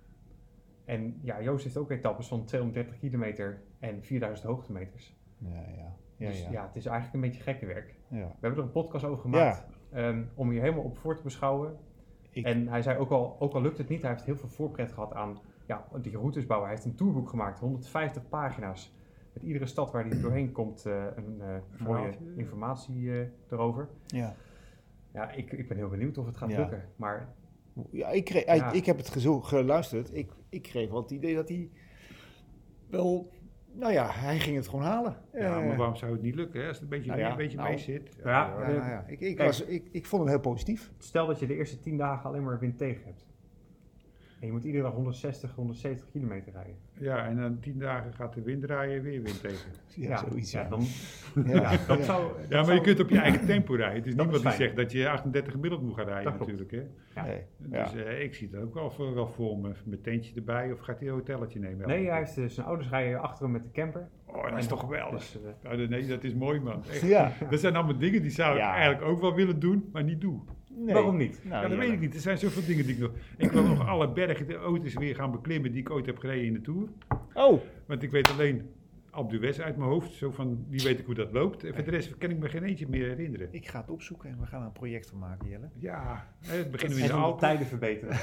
C: En ja, Joost heeft ook etappes van tweehonderddertig kilometer en vierduizend hoogtemeters.
A: Ja, ja. Ja,
C: dus
A: ja.
C: ja. het is eigenlijk een beetje gekke werk.
A: ja.
C: We hebben er een podcast over gemaakt ehm, om hier helemaal op voor te beschouwen.
A: Ik-
C: En hij zei ook al, ook al lukt het niet, hij heeft heel veel voorpret gehad aan ja, die routes bouwen. Hij heeft een tourboek gemaakt, honderdvijftig pagina's. Met iedere stad waar hij doorheen komt uh, een uh, mooie
B: Verhaaltje.
C: informatie uh, erover.
A: Ja.
C: Ja, ik, ik ben heel benieuwd of het gaat
A: Ja.
C: lukken. Maar
A: Ja, ik, kreeg,
C: Ja.
A: ik heb het gezo- geluisterd. Ik, ik kreeg wel het idee dat hij wel... Nou ja, hij ging het gewoon halen.
B: Ja,
A: Eh,
B: maar waarom zou het niet lukken, hè? Als het een beetje,
A: nou ja,
B: een beetje
A: nou,
B: mee zit.
C: ja,
A: ja, nou ja, ik, ik,
C: Kijk.
A: was, ik, ik vond hem heel positief.
C: stel dat je de eerste tien dagen alleen maar wind tegen hebt. En je moet iedere dag honderdzestig, honderdzeventig kilometer rijden.
B: Ja, en dan tien dagen gaat de wind draaien, weer wind tegen.
A: Ja, zoiets.
C: ja,
A: Ja.
C: dan,
A: Ja.
C: ja, dat
A: Ja.
C: zou... dat
B: Ja, maar
C: zou-
B: je kunt op je eigen tempo rijden. Het is
C: Dat
B: niemand
C: is
B: die
C: fijn.
B: zegt dat je achtendertig gemiddeld moet gaan rijden
C: Dat klopt.
B: natuurlijk. Hè?
C: Ja.
A: Nee.
B: Dus
A: Ja.
B: eh, ik zie het ook wel, voor, wel voor me. Met tentje erbij of gaat hij een hotelletje nemen?
C: Nee, hij heeft, uh, zijn ouders rijden achter hem met de camper.
B: Oh, dat is toch geweldig.
C: Dus, uh,
B: Ja, dat- nee, dat is mooi man. Echt.
A: Ja.
B: Dat zijn allemaal dingen die zou ik
A: Ja.
B: eigenlijk ook wel willen doen, maar niet doen.
A: Nee.
C: Waarom niet?
A: Nou,
B: ja, dat weet
A: heerlijk.
B: ik niet. Er zijn zoveel dingen die ik nog... Ik wil nog alle bergen, de auto's weer gaan beklimmen die ik ooit heb gereden in de Tour.
A: Oh,
B: Want ik weet alleen Alpe d'Huez uit mijn hoofd. Zo van, wie weet ik hoe dat loopt. En voor de rest kan ik me geen eentje meer herinneren.
A: ik ga het opzoeken en we gaan er een project van maken, Jelle.
B: Ja, hè, het beginnen we
C: En
B: in de
C: om de
B: Alpen.
C: tijden verbeteren.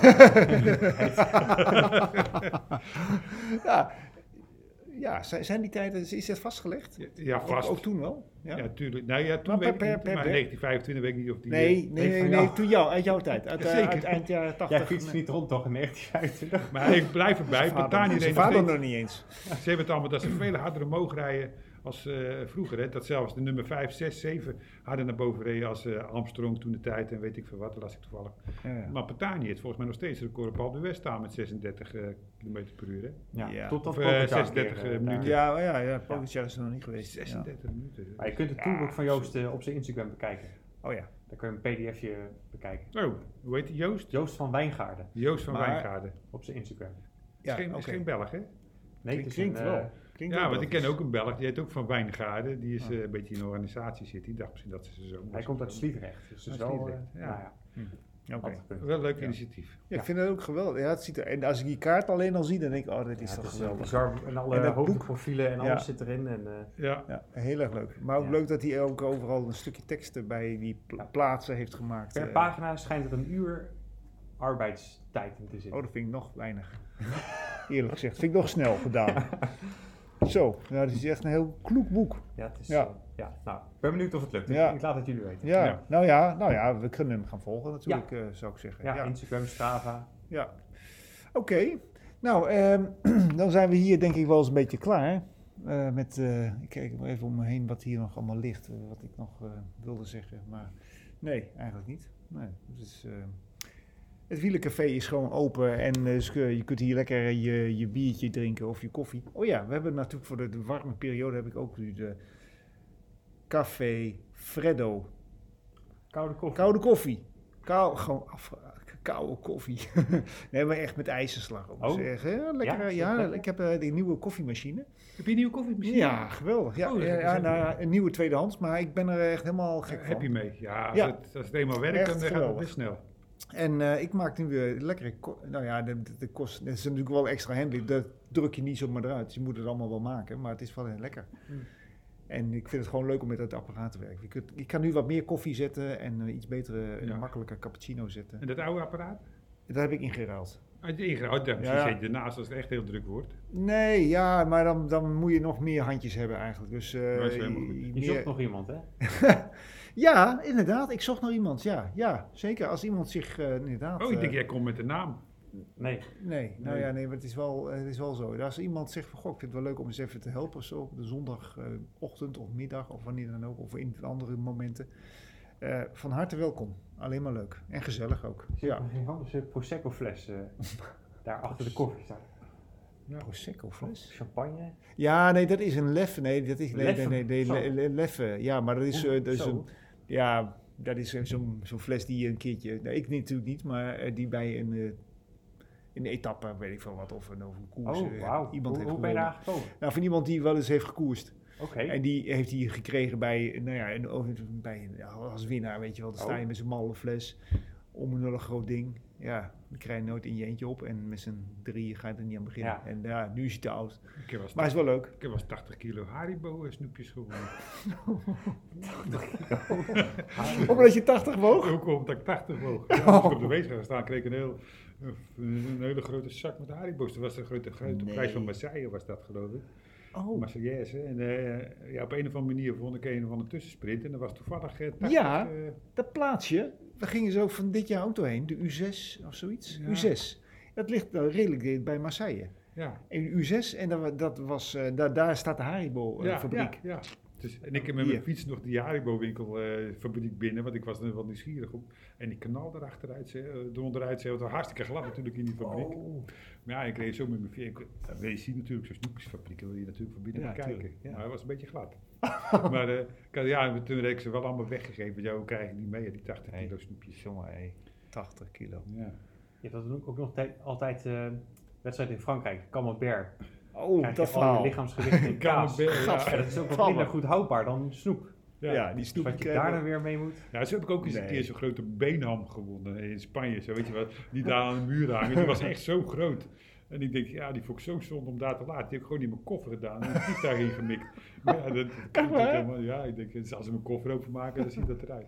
A: Ja, ja zijn, zijn die tijden, is dat vastgelegd?
B: Ja, Ja,
A: Ook,
B: vast.
A: ook toen wel? Ja.
B: Ja, tuurlijk. Nou ja, toen
A: Maar
B: weet
A: per-
B: ik niet,
A: per-
B: maar
A: per-
B: negentien vijfentwintig weet ik niet of die...
A: Nee,
B: eh,
A: nee,
C: Nee,
A: nee,
C: van
A: nee,
C: jou.
A: toen jou, uit jouw tijd. Uit,
B: Ja,
A: eh,
B: zeker.
A: uit eind jaren tachtig.
C: Jij fietst niet rond toch in negentien vijfentwintig?
B: Maar ik blijf erbij.
A: Zijn vader-
B: Batani
A: zijn
B: reed nog
A: vader
B: steeds.
A: nog niet eens.
B: Ze hebben het allemaal dat ze veel harder omhoog rijden als eh, vroeger. Hè. Dat zelfs de nummer vijf, zes, zeven harder naar boven reden als eh, Armstrong toen de tijd en weet ik veel wat, dat las ik toevallig.
A: Ja, ja.
B: Maar Patani heeft volgens mij nog steeds een record op Alpe d'Huez staan met zesendertig eh, kilometer per uur. Hè.
C: Ja,
A: Ja.
C: totdat
B: Of, eh,
C: Pogacar een
B: zesendertig
C: keer, eh,
B: minuten.
C: daar-
A: Ja, ja, ja, Pogacar is er nog niet geweest. Ja.
B: zesendertig minuten.
C: Maar je kunt het tourboek van Joost uh, op zijn Instagram bekijken.
A: Oh ja.
C: Daar kun je een pdfje bekijken.
B: Oh, hoe heet die Joost?
C: Joost van Wijngaarden
B: Joost van
A: Maar-
B: Wijngaarden.
C: op zijn Instagram.
A: Ja,
B: is geen, is
A: oké.
B: geen Belg, hè?
C: Nee, het is
A: Klinkt
C: een,
A: wel.
C: eh,
A: Klinkt
B: Ja,
A: wel
B: want ik
A: Belgisch.
B: ken ook een Belg, die heet ook van Wijngaarden. Die is
A: Ah.
B: eh, een beetje in een organisatie zit. Die dacht misschien dat ze ze zo...
C: hij komt uit Sliedrecht. Dus het is
B: Uit
C: wel,
B: Sliedrecht,
C: eh,
B: ja.
C: nou ja,
A: Oké.
C: had gekund.
B: Wel een leuk
A: Ja.
B: initiatief.
A: Ja, ik vind het ook geweldig. Ja, het ziet er, en als ik die kaart alleen al zie, dan denk ik, oh, dit
C: Ja,
A: is
C: het
A: toch
C: is
A: geweldig.
C: bizar. En alle
A: En dat boek.
C: hoogteprofielen en
A: Ja.
C: alles zit erin. En, eh,
B: Ja.
A: Ja, heel erg leuk. Maar ook
C: Ja.
A: leuk dat hij ook overal een stukje teksten bij die pla-
C: Ja.
A: plaatsen heeft gemaakt.
C: per
A: Eh,
C: pagina schijnt er een uur arbeidstijd in te
A: Oh,
C: zitten.
A: dat vind ik nog weinig. Eerlijk gezegd, vind ik nog snel gedaan. Zo, nou, dat is echt een heel kloek boek.
C: Ja, het is,
A: Ja.
C: ja. ja, nou, ik ben benieuwd of het lukt.
A: Ja.
C: Ik, ik laat het jullie weten.
A: Ja,
B: Ja.
A: Nou, ja, nou ja, we kunnen hem gaan volgen natuurlijk, eh, zou ik zeggen.
C: Ja,
A: Ja,
C: Instagram, Strava.
A: ja. Oké, nou, ehm, dan zijn we hier denk ik wel eens een beetje klaar. Eh, met, eh, ik kijk maar even om me heen wat hier nog allemaal ligt, eh, wat ik nog eh, wilde zeggen. Maar nee, eigenlijk niet. Nee, dus, eh, het Wielencafé is gewoon open en eh, dus, eh, je kunt hier lekker je, je biertje drinken of je koffie. Oh ja, we hebben natuurlijk voor de, de warme periode heb ik ook nu de Café Freddo.
C: Koude koffie.
A: Koude koffie. Kou, gewoon af, koude koffie. Nee, maar echt met ijzerslag. Ook
C: Oh.
A: zeggen. Ja, lekker.
C: Ja,
A: Ja,
C: is
A: ja,
C: dat lekker?
A: ik heb uh, die nieuwe koffiemachine.
B: Heb je een nieuwe koffiemachine?
A: Ja, geweldig. Ja,
B: Oh, dat
A: ja,
B: is
A: ja,
B: ook
A: nou,
B: goed.
A: ja, een nieuwe tweedehands, maar ik ben er echt helemaal gek
B: Heb
A: van.
B: je mee? Ja, als,
A: Ja.
B: Het, als het eenmaal werkt,
A: Echt
B: dan gaat het
A: geweldig.
B: best snel.
A: En uh, ik maak nu weer lekkere... ko- Nou ja, de, de, de kost, dat is natuurlijk wel extra handig. Dat druk je niet zomaar eruit. Dus je moet het allemaal wel maken, maar het is wel heel lekker.
C: Mm.
A: En ik vind het gewoon leuk om met het apparaat te werken. Je kunt, ik kan nu wat meer koffie zetten en uh, iets betere,
B: Ja.
A: makkelijker cappuccino zetten.
B: En dat oude apparaat?
A: Dat heb ik ingeruild.
B: Als je ingehouden, dan
A: Ja.
B: zit je ernaast als het echt heel druk wordt.
A: Nee, ja, maar dan, dan moet je nog meer handjes hebben eigenlijk. Dus, uh,
B: Dat is helemaal goed.
A: je-
C: Je
A: meer-
C: zoekt nog iemand, hè?
A: Ja, inderdaad. Ik zocht nog iemand. Ja, ja zeker. Als iemand zich uh, inderdaad...
B: Oh, ik
A: uh,
B: denk jij komt met de naam.
C: Nee.
A: Nee, nou
B: Nee.
A: ja, nee, maar het is wel, het is wel zo. Als iemand zegt van, goh, ik vind het wel leuk om eens even te helpen of zo, op de zondagochtend of middag of wanneer dan ook, of in andere momenten. Uh, van harte welkom. Alleen maar leuk. En gezellig ook.
C: Er zit
A: Ja.
C: nog een gigantische Prosecco fles uh, daar achter de koffie staan.
B: Ja.
A: Prosecco fles?
C: Champagne.
A: Ja, nee, dat is een leffe. Nee, dat is nee,
C: Leffe?
A: nee, nee,
C: Zo.
A: nee, le- leffe. Ja, maar dat is,
C: Oeh,
A: uh, dat is
C: zo.
A: een, ja, dat is uh, zo'n zo'n fles die je een keertje, nou, ik natuurlijk niet, maar uh, die bij een, uh, een etappe, weet ik veel wat, of een, of een koers,
C: Oh,
A: uh,
C: wauw.
A: iemand
C: Hoe,
A: heeft
C: hoe ben je
A: gewonnen.
C: daar gekomen?
A: Nou, van iemand die wel eens heeft gekoerst.
C: Oké.
A: En die heeft hij gekregen bij, nou ja, een, over- bij een, ja, als winnaar, weet je wel. Dan sta je
C: Oh.
A: met zo'n malle fles, om een heel groot ding. Ja, dan krijg je nooit in je eentje op en met z'n drieën ga je er niet aan beginnen.
C: Ja.
A: En ja, nu is hij te oud.
B: Ik heb wel eens
A: Maar het is wel leuk.
B: Ik heb wel eens tachtig kilo Haribo eh, snoepjes gewonnen.
A: Omdat je tachtig woog?
B: Ook omdat ik tachtig woog. Ja, als ik op de weegschaal ga staan, kreeg ik een, heel, een hele grote zak met Haribo's. Dat was de grote, grote
A: Nee.
B: prijs van Marseille, was dat geloof ik.
A: Oh,
B: Marseillaise. En uh, ja, op een of andere manier vond ik een van een tussensprint. En dat was toevallig uh, tachtig.
A: Ja.
B: Uh,
A: dat plaatsje, we gingen zo van dit jaar auto heen, de U zes of zoiets.
B: Ja.
A: U zes. Dat ligt nou redelijk dicht bij Marseille.
B: ja.
A: En U zes, en dat, wa- dat was, uh, daar, daar staat de Haribo uh,
B: ja,
A: fabriek.
B: Ja, ja. Dus, en ik heb met
A: Hier.
B: mijn fiets nog die Haribo-winkel uh, fabriek binnen, want ik was er wel nieuwsgierig op. En die kanaal erachteruit, uh, eronderuit, het was hartstikke glad natuurlijk in die fabriek.
A: Oh.
B: Maar ja, ik reed zo met mijn fiets. Dat wil je zien natuurlijk, zo'n snoepjesfabriek, wil je natuurlijk van binnen
A: Ja,
B: bekijken.
A: tuurlijk, ja.
B: Maar het was een beetje glad. maar uh, ik had, ja, toen heb ik ze wel allemaal weggegeven. Ja, hoe krijg ik niet mee, die tachtig
A: Nee.
B: kilo snoepjes.
A: Jongen, hé, tachtig kilo.
B: Ja.
C: Je hebt dat ook nog tij- altijd uh, wedstrijd in Frankrijk, Camembert.
A: Oh,
C: Krijg
A: dat
C: je al je
A: verhaal.
C: lichaamsgewicht in kaas.
B: Camembert, ja.
C: Ja, dat is ook wat
A: Vallen.
C: minder goed houdbaar dan snoep.
A: Ja,
B: Ja.
A: die snoep
C: Wat je
A: krijgen
C: daar
A: we-
C: dan weer mee moet.
B: Ja, zo heb ik ook eens een
A: Nee.
B: keer zo'n grote beenham gewonnen in Spanje. Zo, weet je wat, die daar aan de muur hangen. Die was echt zo groot. En ik denk, ja, die vond ik zo zonde om daar te laten. Die heb ik gewoon in mijn koffer gedaan en het vliegtuig ingemikt. Maar ja, dat, dat kan
A: waar?
B: natuurlijk helemaal, ja, ik denk, als ze mijn koffer openmaken, dan ziet dat eruit.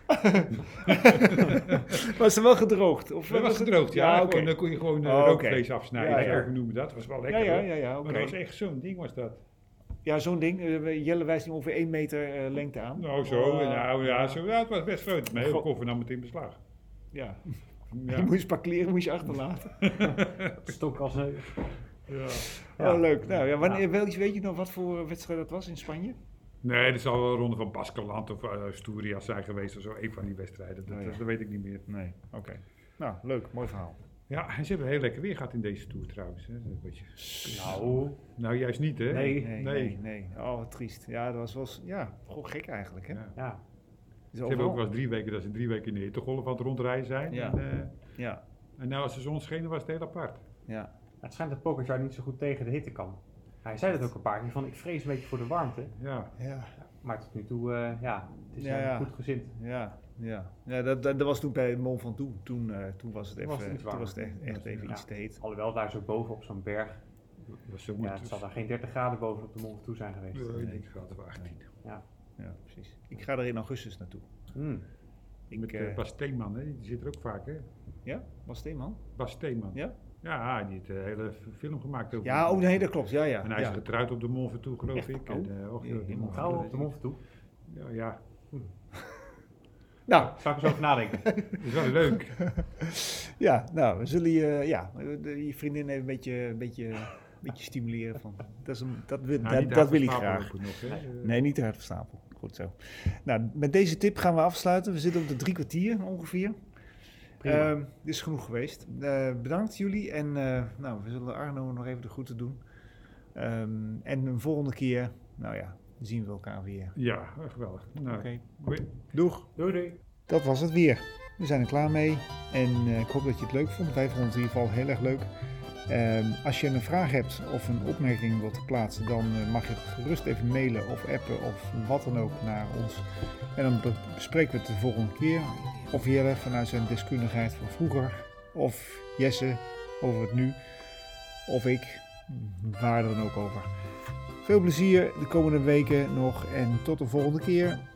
A: Was ze wel gedroogd? Of
B: Dat was
A: het-
B: gedroogd, ja.
A: oké.
B: gewoon, dan kon je gewoon uh,
A: Oh, oké.
B: rookvlees afsnijden,
A: Ja, ja.
B: zo noemen we dat. Dat was wel
A: Ja,
B: lekker.
A: ja,
B: hoor.
A: ja, ja, oké.
B: Maar dat was echt zo'n ding, was dat.
A: Ja, zo'n ding. eh, Jelle wijst nu ongeveer één meter uh, lengte aan.
B: Nou, zo,
A: Oh,
B: nou, ja,
A: ja.
B: zo, ja, het was best groot. Mijn hele
A: Goh.
B: koffer nam het in beslag.
A: Ja.
B: Ja.
A: Je moest een paar kleren moest je achterlaten.
C: Stok als een...
B: Ja.
C: Ja.
A: Oh, leuk. Nou, ja, wanneer, weet, je, weet je nog wat voor wedstrijd dat was in Spanje?
B: Nee, dat zal wel een ronde van Baskeland of uh, Asturias zijn geweest of zo. Een van die wedstrijden. Dat,
A: Oh, ja.
B: dat, dat weet ik niet meer.
A: Nee. Oké. Nou, leuk. Mooi verhaal.
B: Ja, en ze hebben heel lekker weer gehad in deze Tour trouwens. Hè. Dat is een beetje...
C: Nou,
B: Nou, juist niet hè?
C: Nee.
A: Nee, nee, nee. Oh, wat triest. Ja, dat was wel... s- Ja, gewoon gek eigenlijk, hè?
B: Ja.
C: ja.
A: Is
B: Ze hebben ook
A: overal-
B: wel eens drie weken, dat ze drie weken in de hittegolf aan het rondrijden zijn.
A: Ja.
B: En, uh,
A: Ja,
B: en nou als de zon scheen, was het heel apart.
A: ja.
C: Het schijnt dat Pogacar niet zo goed tegen de hitte kan. Hij zei dat ook een paar keer, van ik vrees een beetje voor de warmte.
B: Ja.
A: Ja,
C: Maar tot nu toe, uh, ja, het is
A: Ja,
C: uh,
A: ja.
C: goed gezind.
A: ja, ja. ja dat, dat, dat was toen bij Mont Ventoux. Toen, uh, toen was het
C: Toen
A: even,
C: was het iets
A: toen was het echt,
C: warmer.
A: echt even
C: Ja.
A: iets te heet.
C: Alhoewel daar zo boven op zo'n berg,
B: Dat was zo
C: ja,
B: moeilijk.
C: het zal daar geen dertig graden boven op de mond toe zijn geweest.
B: Nee,
A: Nee.
B: ik had er achttien.
C: Ja.
A: Ja, precies. Ik ga er in augustus naartoe.
C: Hmm.
A: Ik,
B: Met
A: eh,
B: uh, Bas Steeman, hè? Die zit er ook vaak hè?
A: ja, was Steeman?
B: Bas Steeman.
A: Ja?
B: Ja, die heeft een hele f- film gemaakt over.
A: Ja, oh nee, dat klopt. Ja, ja.
B: En hij is
A: ja.
B: getrouwd op de Mont Ventoux, geloof
A: Echt?
B: ik.
A: Oh.
B: En, uh, och,
A: Ja,
B: joh,
A: helemaal
C: Trouw op de mond toe.
B: Ja, ja,
A: Nou,
C: Zou ik eens over nadenken.
B: dat is wel leuk.
A: ja, nou, we zullen je, ja, de- je vriendin even een beetje, een beetje, een beetje stimuleren. Van, dat, is een, dat, wil,
B: Nou,
A: dat,
B: niet te
A: dat
B: hard
A: wil ik
B: van stapel
A: graag.
B: lopen nog, hè. Eh,
A: Nee, niet te hard van stapel. Goed zo. Nou, met deze tip gaan we afsluiten. We zitten op de drie kwartier ongeveer.
C: Prima.
A: Ehm, dit is genoeg geweest. Eh, bedankt jullie. En eh, nou, we zullen Arno nog even de groeten doen. Ehm, en een volgende keer, nou ja, zien we elkaar weer.
B: Ja, eh, geweldig. Nou,
A: Oké.
B: hoi.
A: Doeg.
C: Doei doei.
A: Dat was het weer. We zijn er klaar mee. En eh, ik hoop dat je het leuk vond. Wij vonden het in ieder geval heel erg leuk. Ehm, als je een vraag hebt of een opmerking wilt plaatsen, dan eh, mag je het gerust even mailen of appen of wat dan ook naar ons. En dan be- bespreken we het de volgende keer. Of Jelle vanuit zijn deskundigheid van vroeger. Of Jesse over het nu. Of ik, waar dan ook over. Veel plezier de komende weken nog en tot de volgende keer.